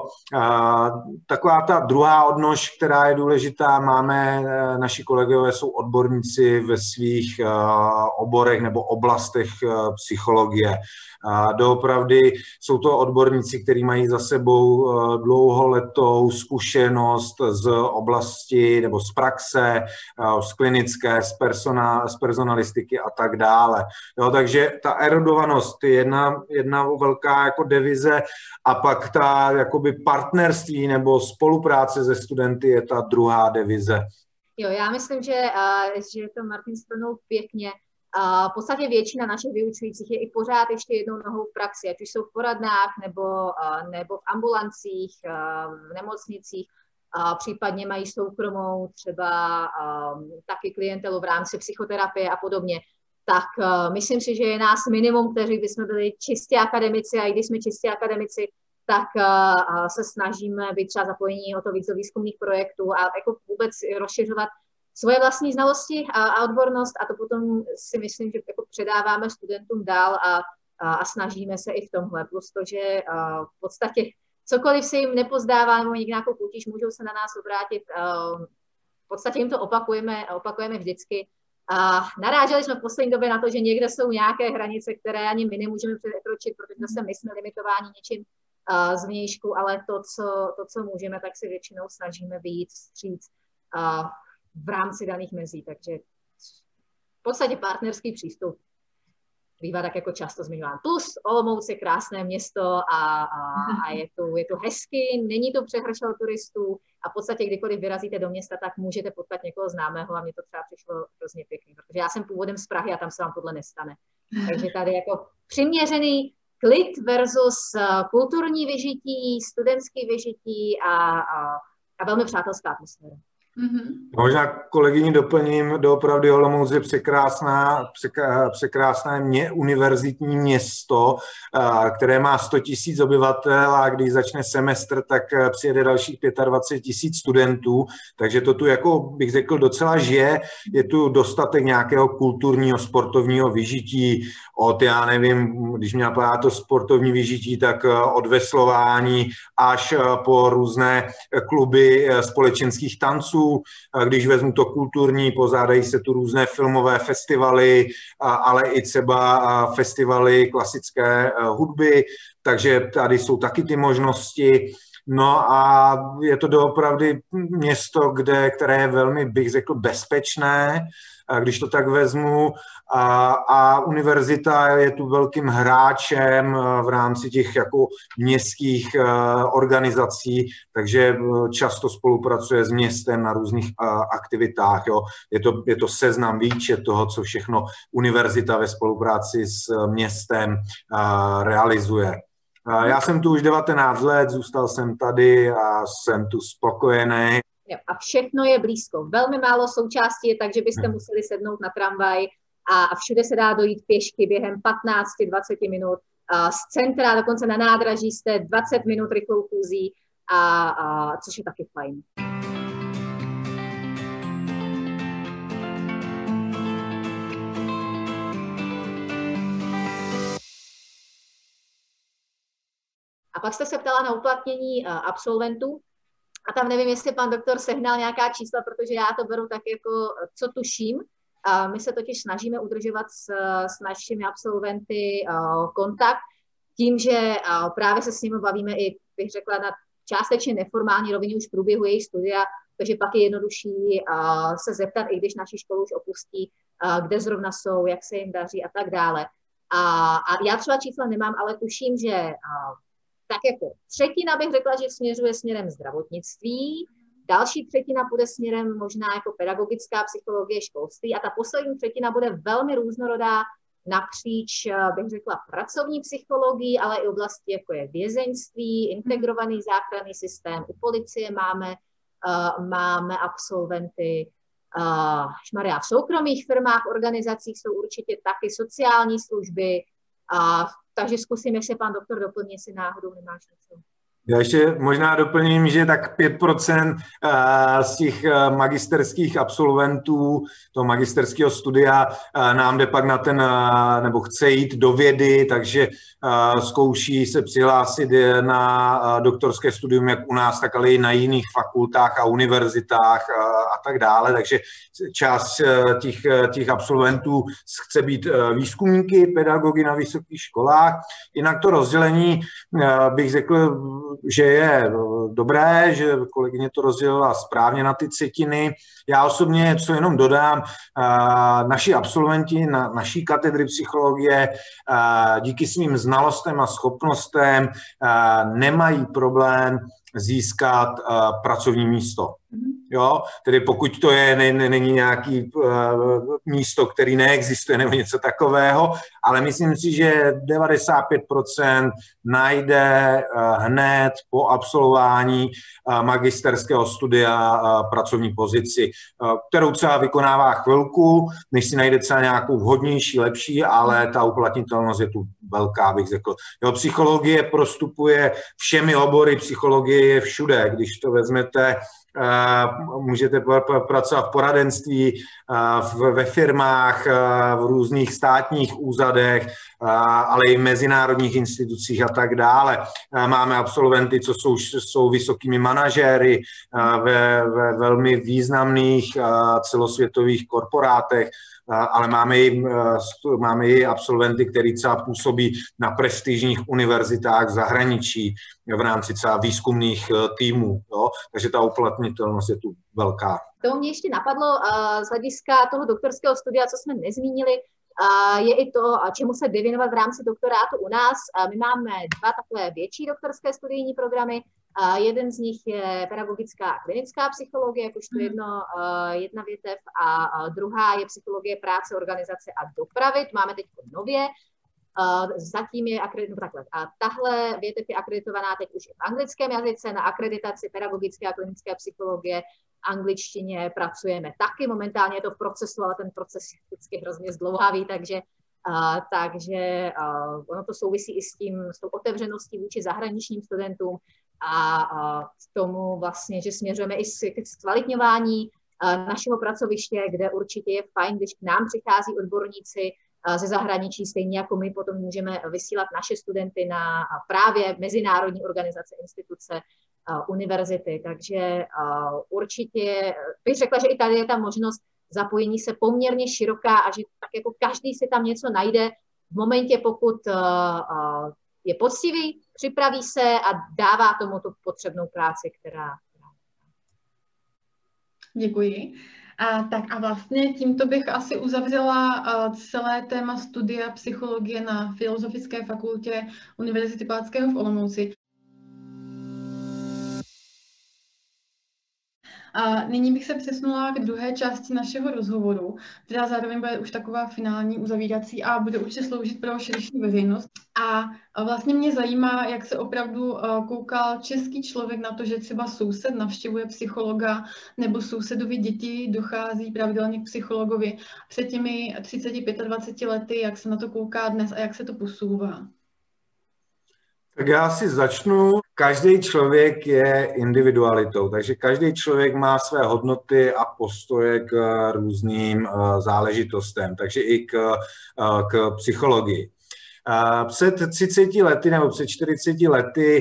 Speaker 2: Taková ta druhá odnož, která je důležitá, máme, naši kolegové jsou odborníci ve svých oborech nebo oblastech psychologie. Doopravdy jsou to odborníci, kteří mají za sebou dlouholetou zkušenost z oblasti nebo z praxe, z klinické, z, persona, z personalistiky a tak dále. Jo, takže ta erudovanost je jedna, jedna velká jako devize a pak ta jakoby partnerství nebo spolupráce se studenty je ta druhá devize.
Speaker 3: Jo, já myslím, že, že to Martin shrnul pěkně. V podstatě většina našich vyučujících je i pořád ještě jednou nohou v praxi, ať už jsou v poradnách nebo, nebo v ambulancích, v nemocnicích, případně mají soukromou třeba taky klientelu v rámci psychoterapie a podobně. Tak myslím si, že je nás minimum, kteří bychom byli čistě akademici, a i když jsme čistě akademici, tak se snažíme být třeba zapojení o to víc do výzkumných projektů a jako vůbec rozšiřovat svoje vlastní znalosti a, a odbornost, a to potom si myslím, že jako předáváme studentům dál a, a, a snažíme se i v tomhle. Plus to, že a, v podstatě cokoliv se jim nepozdává nebo nějakou potíž, můžou se na nás obrátit. A, v podstatě jim to opakujeme, opakujeme vždycky. A naráželi jsme v poslední době na to, že někde jsou nějaké hranice, které ani my nemůžeme překročit, protože zase my jsme limitováni něčím a, zvnějšku, ale to co, to, co můžeme, tak si většinou snažíme vyjít vstříc a, v rámci daných mezí, takže v podstatě partnerský přístup bývá tak jako často zmiňován. Plus Olomouc je krásné město a, a, a je, tu, je tu hezky, není to přehršel turistů a v podstatě kdykoliv vyrazíte do města, tak můžete potkat někoho známého a mně to třeba přišlo hrozně pěkný, protože já jsem původem z Prahy a tam se vám tohle nestane. Takže tady jako přiměřený klid versus kulturní vyžití, studentský vyžití a, a, a velmi přátelská atmosféra.
Speaker 2: Mm-hmm. Možná kolegyni doplním, doopravdy Olomouc je překrásná, překrásné mě, univerzitní město, které má sto tisíc obyvatel a když začne semestr, tak přijede dalších dvacet pět tisíc studentů, takže to tu, jako bych řekl, docela žije. Je tu dostatek nějakého kulturního, sportovního vyžití od, já nevím, když mě napadá to sportovní vyžití, tak od veslování až po různé kluby společenských tanců. Když vezmu to kulturní, pozádají se tu různé filmové festivaly, ale i třeba festivaly klasické hudby, takže tady jsou taky ty možnosti. No a je to doopravdy město, kde, které je velmi, bych řekl, bezpečné, když to tak vezmu. A, a univerzita je tu velkým hráčem v rámci těch jako městských organizací, takže často spolupracuje s městem na různých aktivitách. Jo. Je to, je to seznam výčet toho, co všechno univerzita ve spolupráci s městem realizuje. Já jsem tu už devatenáct let, zůstal jsem tady a jsem tu spokojený.
Speaker 3: A všechno je blízko. Velmi málo součástí je tak, že byste museli sednout na tramvaj a všude se dá dojít pěšky během patnáct až dvacet minut. Z centra, dokonce na nádraží jste dvacet minut rychlou chůzí, a, a, což je taky fajn. A pak jste se ptala na uplatnění absolventů. A tam nevím, jestli pan doktor sehnal nějaká čísla, protože já to beru tak jako, co tuším. A my se totiž snažíme udržovat s, s našimi absolventy kontakt tím, že právě se s nimi bavíme i, bych řekla, na částečně neformální rovině už v průběhu jejich studia, takže pak je jednodušší se zeptat, i když naši školu už opustí, kde zrovna jsou, jak se jim daří a tak dále. A, a já třeba čísla nemám, ale tuším, že tak jako třetina bych řekla, že směřuje směrem zdravotnictví, další třetina bude směrem možná jako pedagogická psychologie, školství a ta poslední třetina bude velmi různorodá napříč, bych řekla, pracovní psychologii, ale i oblasti, jako je vězeňství, integrovaný záchranný systém. U policie máme, uh, máme absolventy, uh, šmarja, v soukromých firmách, organizacích jsou určitě taky sociální služby, A, takže zkusím, jestli pan doktor doplní, jestli náhodou nemáš něco.
Speaker 2: Já ještě možná doplním, že tak pět procent z těch magisterských absolventů toho magisterského studia nám jde pak na ten, nebo chce jít do vědy, takže zkouší se přihlásit na doktorské studium jak u nás, tak ale i na jiných fakultách a univerzitách a tak dále. Takže část těch, těch absolventů chce být výzkumníky, pedagogy na vysokých školách. Jinak to rozdělení bych řekl, že je dobré, že kolegyně to rozdělila správně na ty třetiny. Já osobně, co jenom dodám, naši absolventi na naší katedry psychologie díky svým znalostem a schopnostem nemají problém získat pracovní místo. Jo? Tedy pokud to je, není nějaký místo, který neexistuje nebo něco takového, ale myslím si, že devadesát pět procent najde hned po absolvování magisterského studia pracovní pozici, kterou třeba vykonává chvilku, než si najde třeba nějakou vhodnější, lepší, ale ta uplatnitelnost je tu velká, bych řekl. Jo, psychologie prostupuje všemi obory, psychologie je všude, když to vezmete. Můžete pracovat v poradenství, ve firmách, v různých státních úřadech, ale i v mezinárodních institucích a tak dále. Máme absolventy, co jsou, jsou vysokými manažéry ve, ve velmi významných celosvětových korporátech, ale máme i, máme i absolventy, kteří třeba působí na prestižních univerzitách v zahraničí v rámci třeba výzkumných týmů. Jo? Takže ta uplatnitelnost je tu velká.
Speaker 3: To mě ještě napadlo z hlediska toho doktorského studia, co jsme nezmínili, je i to, čemu se věnovat v rámci doktorátu u nás. My máme dva takové větší doktorské studijní programy. Jeden z nich je pedagogická a klinická psychologie, jakožto jedno, jedna větev, a druhá je psychologie práce, organizace a dopravy. To máme teď nově. Zatím je akreditovaná takhle. A tahle větev je akreditovaná teď už v anglickém jazyce na akreditaci pedagogické a klinické psychologie. V angličtině pracujeme taky. Momentálně je to v procesu, ale ten proces je vždycky hrozně zdlouhavý, takže Uh, takže uh, ono to souvisí i s tím, s tou otevřeností vůči zahraničním studentům a uh, s tomu vlastně, že směřujeme i k zkvalitňování uh, našeho pracoviště, kde určitě je fajn, když k nám přichází odborníci uh, ze zahraničí, stejně jako my potom můžeme vysílat naše studenty na uh, právě mezinárodní organizace, instituce, uh, univerzity. Takže uh, určitě bych řekla, že i tady je ta možnost zapojení se poměrně široká a že tak jako každý si tam něco najde v momentě, pokud uh, uh, je poctivý, připraví se a dává tomu tu potřebnou práci, která...
Speaker 1: Děkuji. A, tak a vlastně tímto bych asi uzavřela uh, celé téma studia psychologie na Filozofické fakultě Univerzity Palackého v Olomouci. A nyní bych se přesunula k druhé části našeho rozhovoru, která zároveň bude už taková finální, uzavírací a bude určitě sloužit pro širší veřejnost. A vlastně mě zajímá, jak se opravdu koukal český člověk na to, že třeba soused navštěvuje psychologa nebo sousedovi děti dochází pravidelně k psychologovi před těmi třicet dvacet pět lety, jak se na to kouká dnes a jak se to posouvá.
Speaker 2: Tak já si začnu. Každý člověk je individualitou, takže každý člověk má své hodnoty a postoje k různým záležitostem, takže i k, k psychologii. Před třiceti lety nebo před čtyřiceti lety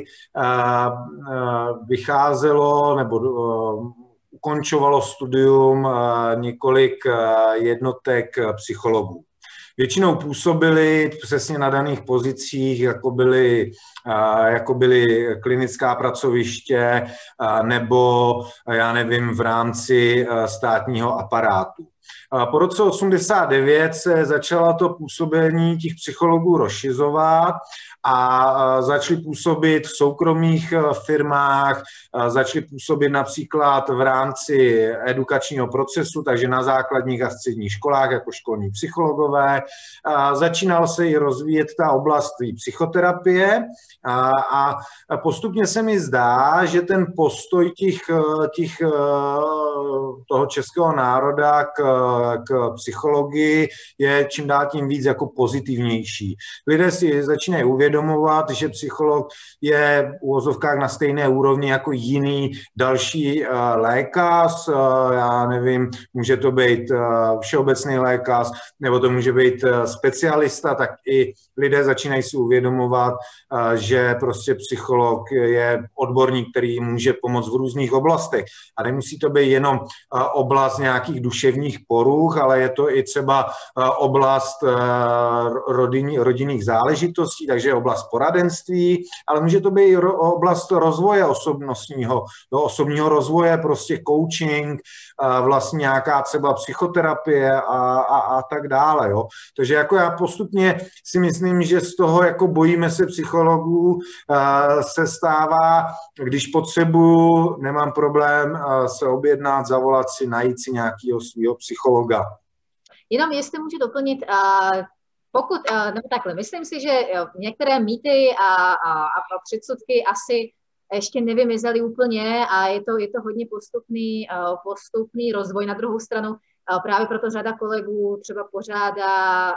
Speaker 2: vycházelo nebo ukončovalo studium několik jednotek psychologů. Většinou působili přesně na daných pozicích, jako byly, jako byly klinická pracoviště nebo, já nevím, v rámci státního aparátu. Po roce osmdesát devět se začalo to působení těch psychologů rozšiřovat a začali působit v soukromých firmách, začali působit například v rámci edukačního procesu, takže na základních a středních školách jako školní psychologové. Začínal se i rozvíjet ta oblast psychoterapie a postupně se mi zdá, že ten postoj těch, těch, toho českého národa k, k psychologii je čím dál tím víc jako pozitivnější. Lidé si začínají uvědomovat, že psycholog je v uvozovkách na stejné úrovni jako jiný další lékař, já nevím, může to být všeobecný lékař, nebo to může být specialista, tak i lidé začínají si uvědomovat, že prostě psycholog je odborník, který může pomoct v různých oblastech. A nemusí to být jenom oblast nějakých duševních poruch, ale je to i třeba oblast rodin, rodinných záležitostí, takže oblast poradenství, ale může to být oblast rozvoje osobnostního, do osobního rozvoje, prostě coaching, vlastně nějaká třeba psychoterapie a, a, a tak dále. Jo. Takže jako já postupně si myslím, že z toho jako bojíme se psychologů se stává, když potřebuju, nemám problém se objednat, zavolat si, najít si nějakého svého psychologa.
Speaker 3: Jenom jestli můžu doplnit, pokud, nebo takhle, myslím si, že některé mýty a, a, a předsudky asi ještě nevymizely úplně a je to, je to hodně postupný, postupný rozvoj. Na druhou stranu právě proto řada kolegů třeba pořádá,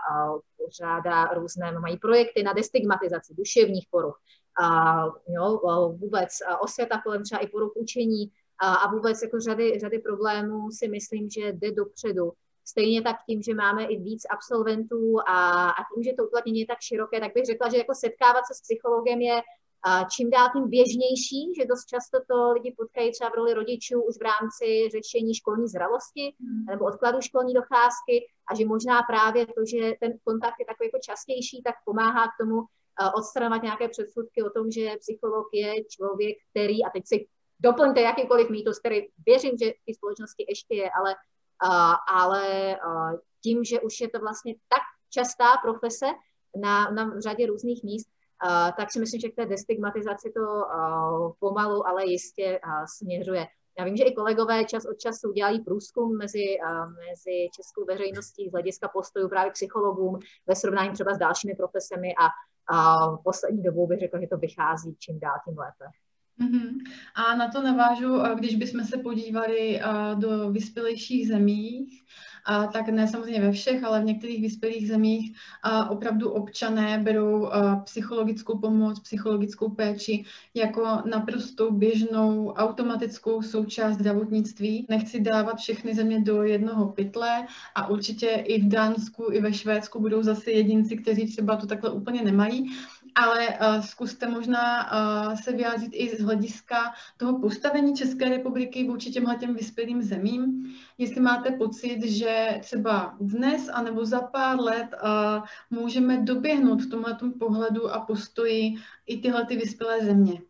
Speaker 3: pořádá různé, mají projekty na destigmatizaci duševních poruch, a, jo, vůbec osvěta kolem třeba i poruch učení a, a vůbec jako řady, řady problémů si myslím, že jde dopředu. Stejně tak tím, že máme i víc absolventů a, a tím, že to uplatnění je tak široké, tak bych řekla, že jako setkávat se s psychologem je a čím dál tím běžnější, že dost často to lidi potkají třeba v roli rodičů už v rámci řešení školní zralosti mm. nebo odkladu školní docházky a že možná právě to, že ten kontakt je takový jako častější, tak pomáhá k tomu uh, odstraňovat nějaké předsudky o tom, že psycholog je člověk, který, a teď si doplňte jakýkoliv mýtus, který věřím, že v té společnosti ještě je, ale, uh, ale uh, tím, že už je to vlastně tak častá profese na, na řadě různých míst, Uh, tak si myslím, že k té destigmatizaci to uh, pomalu, ale jistě uh, směřuje. Já vím, že i kolegové čas od času dělají průzkum mezi, uh, mezi českou veřejností z hlediska postojů právě psychologům ve srovnání třeba s dalšími profesemi a uh, poslední dobou bych řekla, že to vychází čím dál tím lépe.
Speaker 1: Mm-hmm. A na to navážu, když bychom se podívali uh, do vyspělejších zemí, a tak ne samozřejmě ve všech, ale v některých vyspělých zemích a opravdu občané berou a, psychologickou pomoc, psychologickou péči jako naprosto běžnou automatickou součást zdravotnictví. Nechci dávat všechny země do jednoho pytle a určitě i v Dánsku, i ve Švédsku budou zase jedinci, kteří třeba to takhle úplně nemají. Ale uh, zkuste možná uh, se vyjádřit i z hlediska toho postavení České republiky vůči těmhle těm vyspělým zemím. Jestli máte pocit, že třeba dnes anebo za pár let uh, můžeme doběhnout v tomhletom pohledu a postoji i tyhle ty vyspělé země.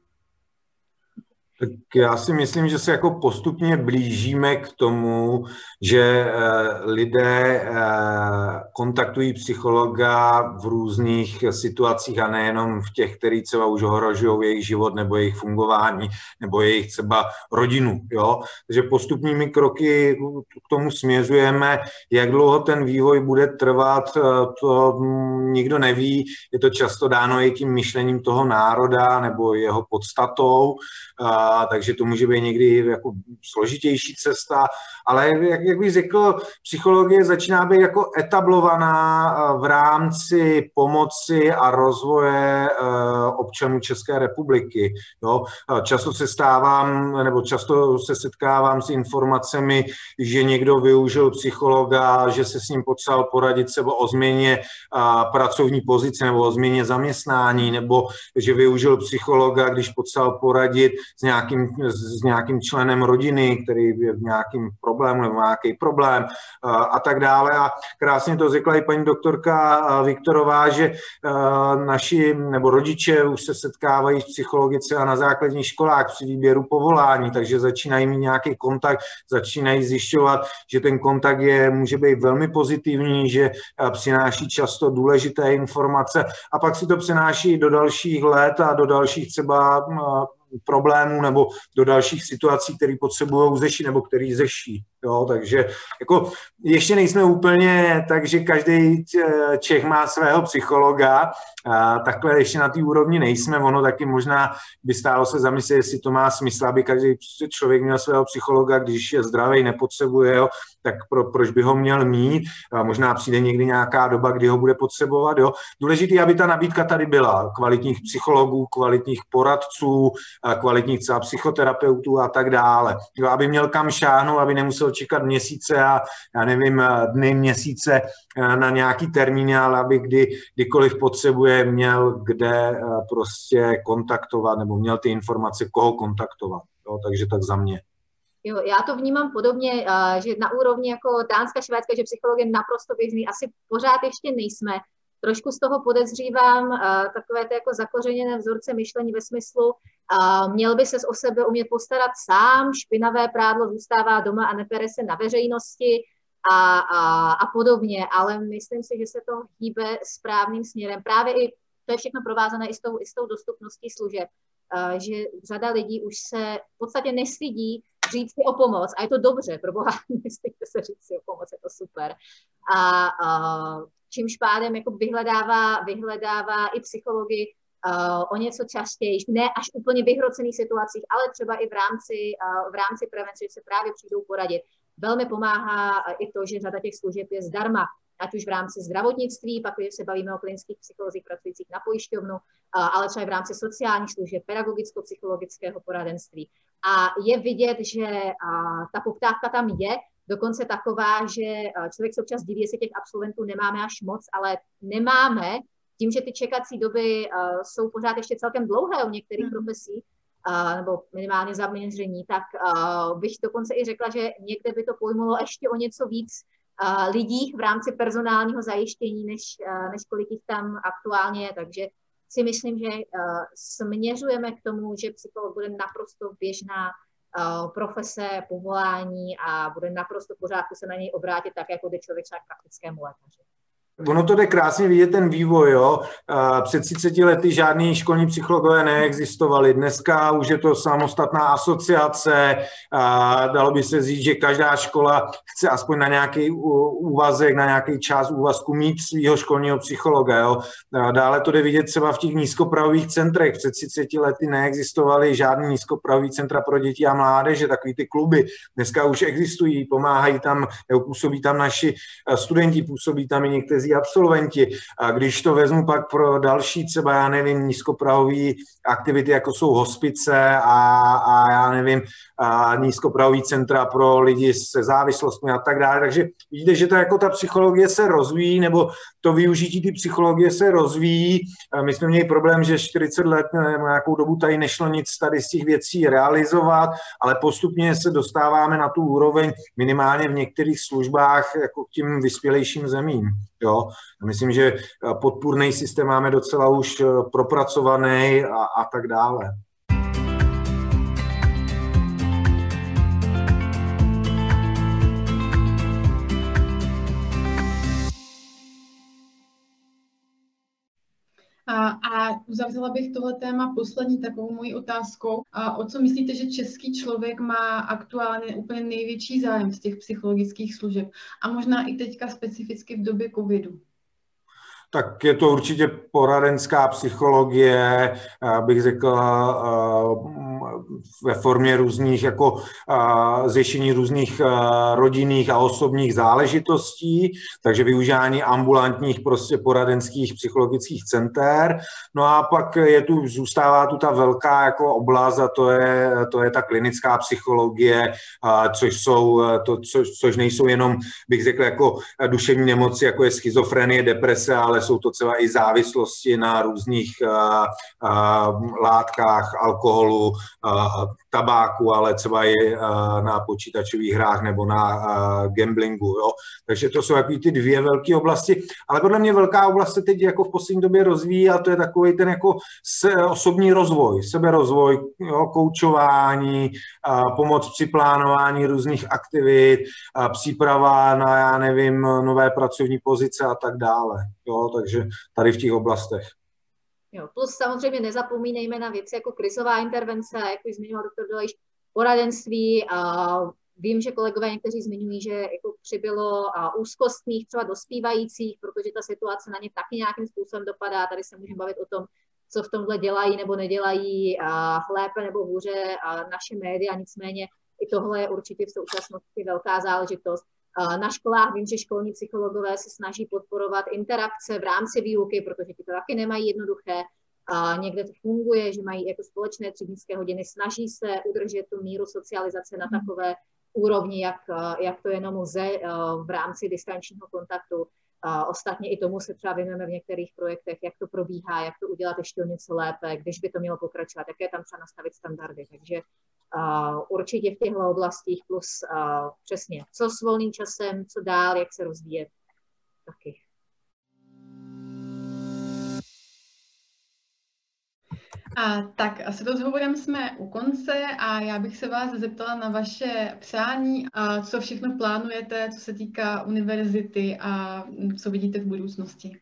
Speaker 2: Tak já si myslím, že se jako postupně blížíme k tomu, že lidé kontaktují psychologa v různých situacích a nejenom v těch, který třeba už ohrožují jejich život nebo jejich fungování nebo jejich třeba rodinu. Jo? Takže postupnými kroky k tomu směřujeme. Jak dlouho ten vývoj bude trvat, to nikdo neví. Je to často dáno i tím myšlením toho národa nebo jeho podstatou. A, takže to může být někdy jako složitější cesta, ale jak, jak bych řekl, psychologie začíná být jako etablovaná v rámci pomoci a rozvoje občanů České republiky. Jo? Často se stávám, nebo často se setkávám s informacemi, že někdo využil psychologa, že se s ním potřeboval poradit třeba o změně pracovní pozice nebo o změně zaměstnání, nebo že využil psychologa, když potřeboval poradit s nějakým, s nějakým členem rodiny, který je v nějakým problému nebo nějaký problém a tak dále. A krásně to řekla i paní doktorka Viktorová, že naši nebo rodiče už se setkávají s psychologice a na základních školách při výběru povolání, takže začínají mít nějaký kontakt, začínají zjišťovat, že ten kontakt je, může být velmi pozitivní, že přináší často důležité informace a pak si to přenáší do dalších let a do dalších třeba problémů nebo do dalších situací, které potřebují řešit nebo který řeší. Jo, takže jako ještě nejsme úplně tak, že každý Čech má svého psychologa, a takhle ještě na té úrovni nejsme, ono taky možná by stálo se zamyslet, jestli to má smysl, aby každý člověk měl svého psychologa, když je zdravý, nepotřebuje ho, tak pro, proč by ho měl mít, a možná přijde někdy nějaká doba, kdy ho bude potřebovat. Jo. Důležité, aby ta nabídka tady byla, kvalitních psychologů, kvalitních poradců, kvalitních třeba psychoterapeutů a tak dále. Jo, aby měl kam šáhnout, aby nemusel čekat měsíce a já nevím, dny, měsíce na nějaký termíny, ale aby kdy, kdykoliv potřebuje, měl kde prostě kontaktovat nebo měl ty informace, koho kontaktovat. Jo, takže tak za mě.
Speaker 3: Jo, já to vnímám podobně, že na úrovni jako Dánska, Švédska, že psycholog je naprosto běžný, asi pořád ještě nejsme. Trošku z toho podezřívám takové ty jako zakořeněné vzorce myšlení ve smyslu, měl by ses o sebe umět postarat sám, špinavé prádlo zůstává doma a nepere se na veřejnosti a, a, a podobně, ale myslím si, že se to hýbe správným směrem. Právě i to je všechno provázané i s tou, i s tou dostupností služeb, že řada lidí už se v podstatě nestydí říct si o pomoc a je to dobře, pro boha, nestydíte se říct si o pomoc, je to super. A, a čímž pádem jako vyhledává, vyhledává i psychologii uh, o něco častěji, ne až úplně vyhrocených situacích, ale třeba i v rámci, uh, v rámci prevence, že se právě přijdou poradit. Velmi pomáhá i to, že řada těch služeb je zdarma, ať už v rámci zdravotnictví, pak když se bavíme o klinických psycholozích pracujících na pojišťovnu, uh, ale třeba i v rámci sociálních služeb, pedagogicko-psychologického poradenství. A je vidět, že uh, ta poptávka tam je, dokonce taková, že člověk se občas diví, jestli těch absolventů nemáme až moc, ale nemáme. Tím, že ty čekací doby uh, jsou pořád ještě celkem dlouhé u některých mm. profesí, uh, nebo minimálně zaměření, tak uh, bych dokonce i řekla, že někde by to pojmulo ještě o něco víc uh, lidí v rámci personálního zajištění, než, uh, než kolik jich tam aktuálně je. Takže si myslím, že uh, směřujeme k tomu, že psycholog bude naprosto běžná profese, povolání a bude naprosto v pořádku se na něj obrátit tak, jako jde člověk třeba k praktickému lékaři.
Speaker 2: Ono to jde krásně vidět, ten vývoj. Jo? Před třiceti lety žádný školní psychologové neexistovali. Dneska už je to samostatná asociace. Dalo by se říct, že každá škola chce aspoň na nějaký úvazek, na nějaký část úvazku mít svého školního psychologa. Jo? Dále to jde vidět třeba v těch nízkopravových centrech. Před třiceti lety neexistovaly žádný nízkopravový centra pro děti a mládeže, takový ty kluby. Dneska už existují, pomáhají tam, působí tam naši studenti, působí tam i někteří absolventi. A když to vezmu pak pro další třeba, já nevím, nízkopravové aktivity, jako jsou hospice a, a já nevím, a nízkopravové centra pro lidi se závislostmi a tak dále. Takže vidíte, že to jako ta psychologie se rozvíjí, nebo to využití ty psychologie se rozvíjí. My jsme měli problém, že čtyřicet let nebo nějakou dobu tady nešlo nic tady z těch věcí realizovat, ale postupně se dostáváme na tu úroveň minimálně v některých službách jako k tím vyspělejším zemím. Jo? Myslím, že podpůrný systém máme docela už propracovaný a, a tak dále.
Speaker 1: A, a uzavřela bych tohle téma poslední takovou mojí otázkou. A o co myslíte, že český člověk má aktuálně úplně největší zájem z těch psychologických služeb? A možná i teďka specificky v době covidu.
Speaker 2: Tak je to určitě poradenská psychologie, bych řekl, ve formě různých jako řešení různých rodinných a osobních záležitostí, takže využívání ambulantních prostě poradenských psychologických center. No a pak je tu, zůstává tu ta velká jako oblast a to je, to je ta klinická psychologie, což jsou, to, co, což nejsou jenom, bych řekl, jako duševní nemoci, jako je schizofrenie, deprese, ale ale jsou to třeba i závislosti na různých látkách, alkoholu, tabáku, ale třeba i na počítačových hrách nebo na gamblingu. Jo. Takže to jsou takový ty dvě velké oblasti, ale podle mě velká oblast se teď jako v poslední době rozvíjí a to je takový ten jako osobní rozvoj, seberozvoj, jo, koučování, pomoc při plánování různých aktivit, příprava na, já nevím, nové pracovní pozice a tak dále. Jo, takže tady v těch oblastech.
Speaker 3: Jo, plus samozřejmě nezapomínejme na věci jako krizová intervence, jak už zmiňoval doktor Dolejš, poradenství. A vím, že kolegové někteří zmiňují, že jako přibylo a úzkostných, třeba dospívajících, protože ta situace na ně taky nějakým způsobem dopadá. Tady se můžeme bavit o tom, co v tomhle dělají nebo nedělají, a lépe nebo hůře a naše média, nicméně i tohle je určitě v současnosti velká záležitost. Na školách vím, že školní psychologové se snaží podporovat interakce v rámci výuky, protože ti to taky nemají jednoduché. A někde to funguje, že mají jako společné třídnické hodiny, snaží se udržet tu míru socializace na takové úrovni, jak, jak to jenom lze v rámci distančního kontaktu. Ostatně i tomu se třeba věnujeme v některých projektech, jak to probíhá, jak to udělat ještě o něco lépe, když by to mělo pokračovat, jaké tam třeba nastavit standardy. Takže Uh, určitě v těchto oblastích plus uh, přesně, co s volným časem, co dál, jak se rozvíjet, taky.
Speaker 1: A tak s rozhovorem jsme u konce a já bych se vás zeptala na vaše přání a co všechno plánujete, co se týká univerzity a co vidíte v budoucnosti.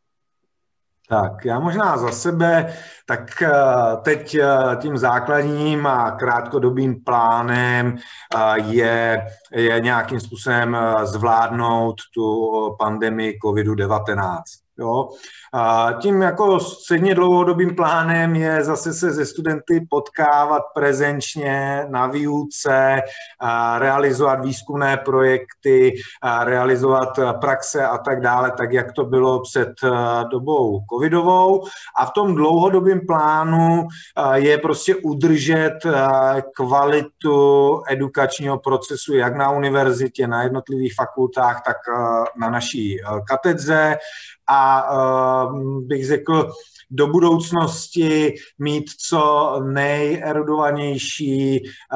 Speaker 2: Tak, já možná za sebe, tak teď tím základním a krátkodobým plánem je, je nějakým způsobem zvládnout tu pandemii covidu devatenáct. Jo. A tím jako středně dlouhodobým plánem je zase se se studenty potkávat prezenčně na výuce, a realizovat výzkumné projekty, a realizovat praxe a tak dále, tak jak to bylo před dobou covidovou. A v tom dlouhodobém plánu je prostě udržet kvalitu edukačního procesu jak na univerzitě, na jednotlivých fakultách, tak na naší katedře. A uh, bych řekl, do budoucnosti mít co nejerudovanější uh,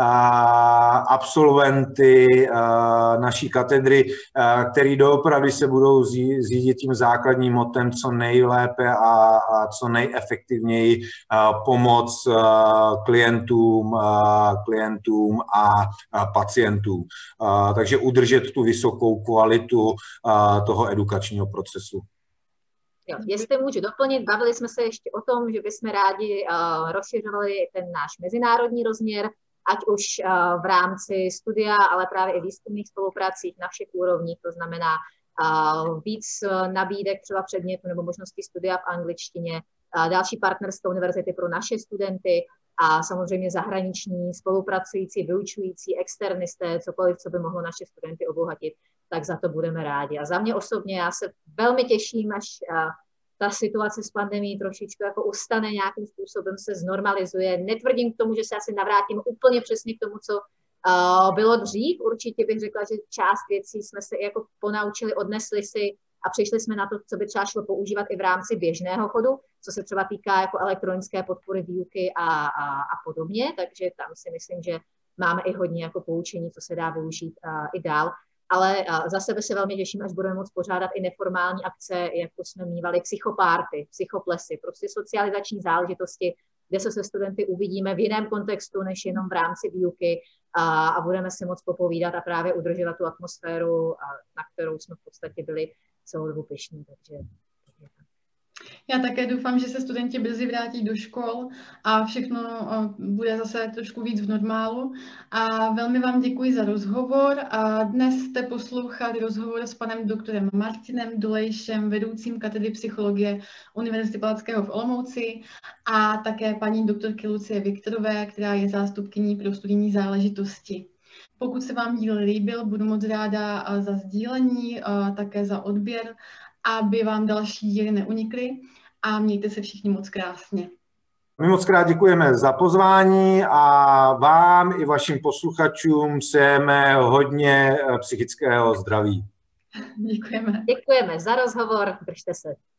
Speaker 2: absolventy uh, naší katedry, uh, který doopravdy se budou řídit tím základním motem co nejlépe a, a co nejefektivněji uh, pomoc uh, klientům, uh, klientům a, a pacientům. Uh, takže udržet tu vysokou kvalitu uh, toho edukačního procesu.
Speaker 3: Jo, jestli můžu doplnit, bavili jsme se ještě o tom, že bychom rádi uh, rozšiřovali ten náš mezinárodní rozměr, ať už uh, v rámci studia, ale právě i výzkumných spolupracích na všech úrovních, to znamená uh, víc uh, nabídek třeba předmětu nebo možnosti studia v angličtině, uh, další partnerské univerzity pro naše studenty a samozřejmě zahraniční spolupracující, vyučující, externisté, cokoliv, co by mohlo naše studenty obohatit, tak za to budeme rádi. A za mě osobně já se velmi těším, až a, ta situace s pandemií trošičku jako ustane, nějakým způsobem se znormalizuje. Netvrdím k tomu, že se asi navrátím úplně přesně k tomu, co a, bylo dřív. Určitě bych řekla, že část věcí jsme se jako ponaučili, odnesli si a přišli jsme na to, co by třeba šlo používat i v rámci běžného chodu, co se třeba týká jako elektronické podpory výuky a, a, a podobně. Takže tam si myslím, že máme i hodně jako poučení, co se dá využít a, i dál. Ale za sebe se velmi těším, až budeme moct pořádat i neformální akce, jako jsme mívali psychopárty, psychoplesy, prostě socializační záležitosti, kde se se studenty uvidíme v jiném kontextu, než jenom v rámci výuky a, a budeme si moc popovídat a právě udržovat tu atmosféru, a, na kterou jsme v podstatě byli celou dobu pyšní. Takže, takže
Speaker 1: Já také doufám, že se studenti brzy vrátí do škol a všechno bude zase trošku víc v normálu. A velmi vám děkuji za rozhovor. A dnes jste poslouchali rozhovor s panem doktorem Martinem Dolejšem, vedoucím katedry psychologie Univerzity Palackého v Olomouci a také paní doktorky Lucie Viktorové, která je zástupkyní pro studijní záležitosti. Pokud se vám díl líbil, budu moc ráda za sdílení, také za odběr, aby vám další díly neunikly a mějte se všichni moc krásně.
Speaker 2: My moc krát děkujeme za pozvání a vám i vašim posluchačům přejeme hodně psychického zdraví.
Speaker 1: Děkujeme.
Speaker 3: Děkujeme za rozhovor, držte se.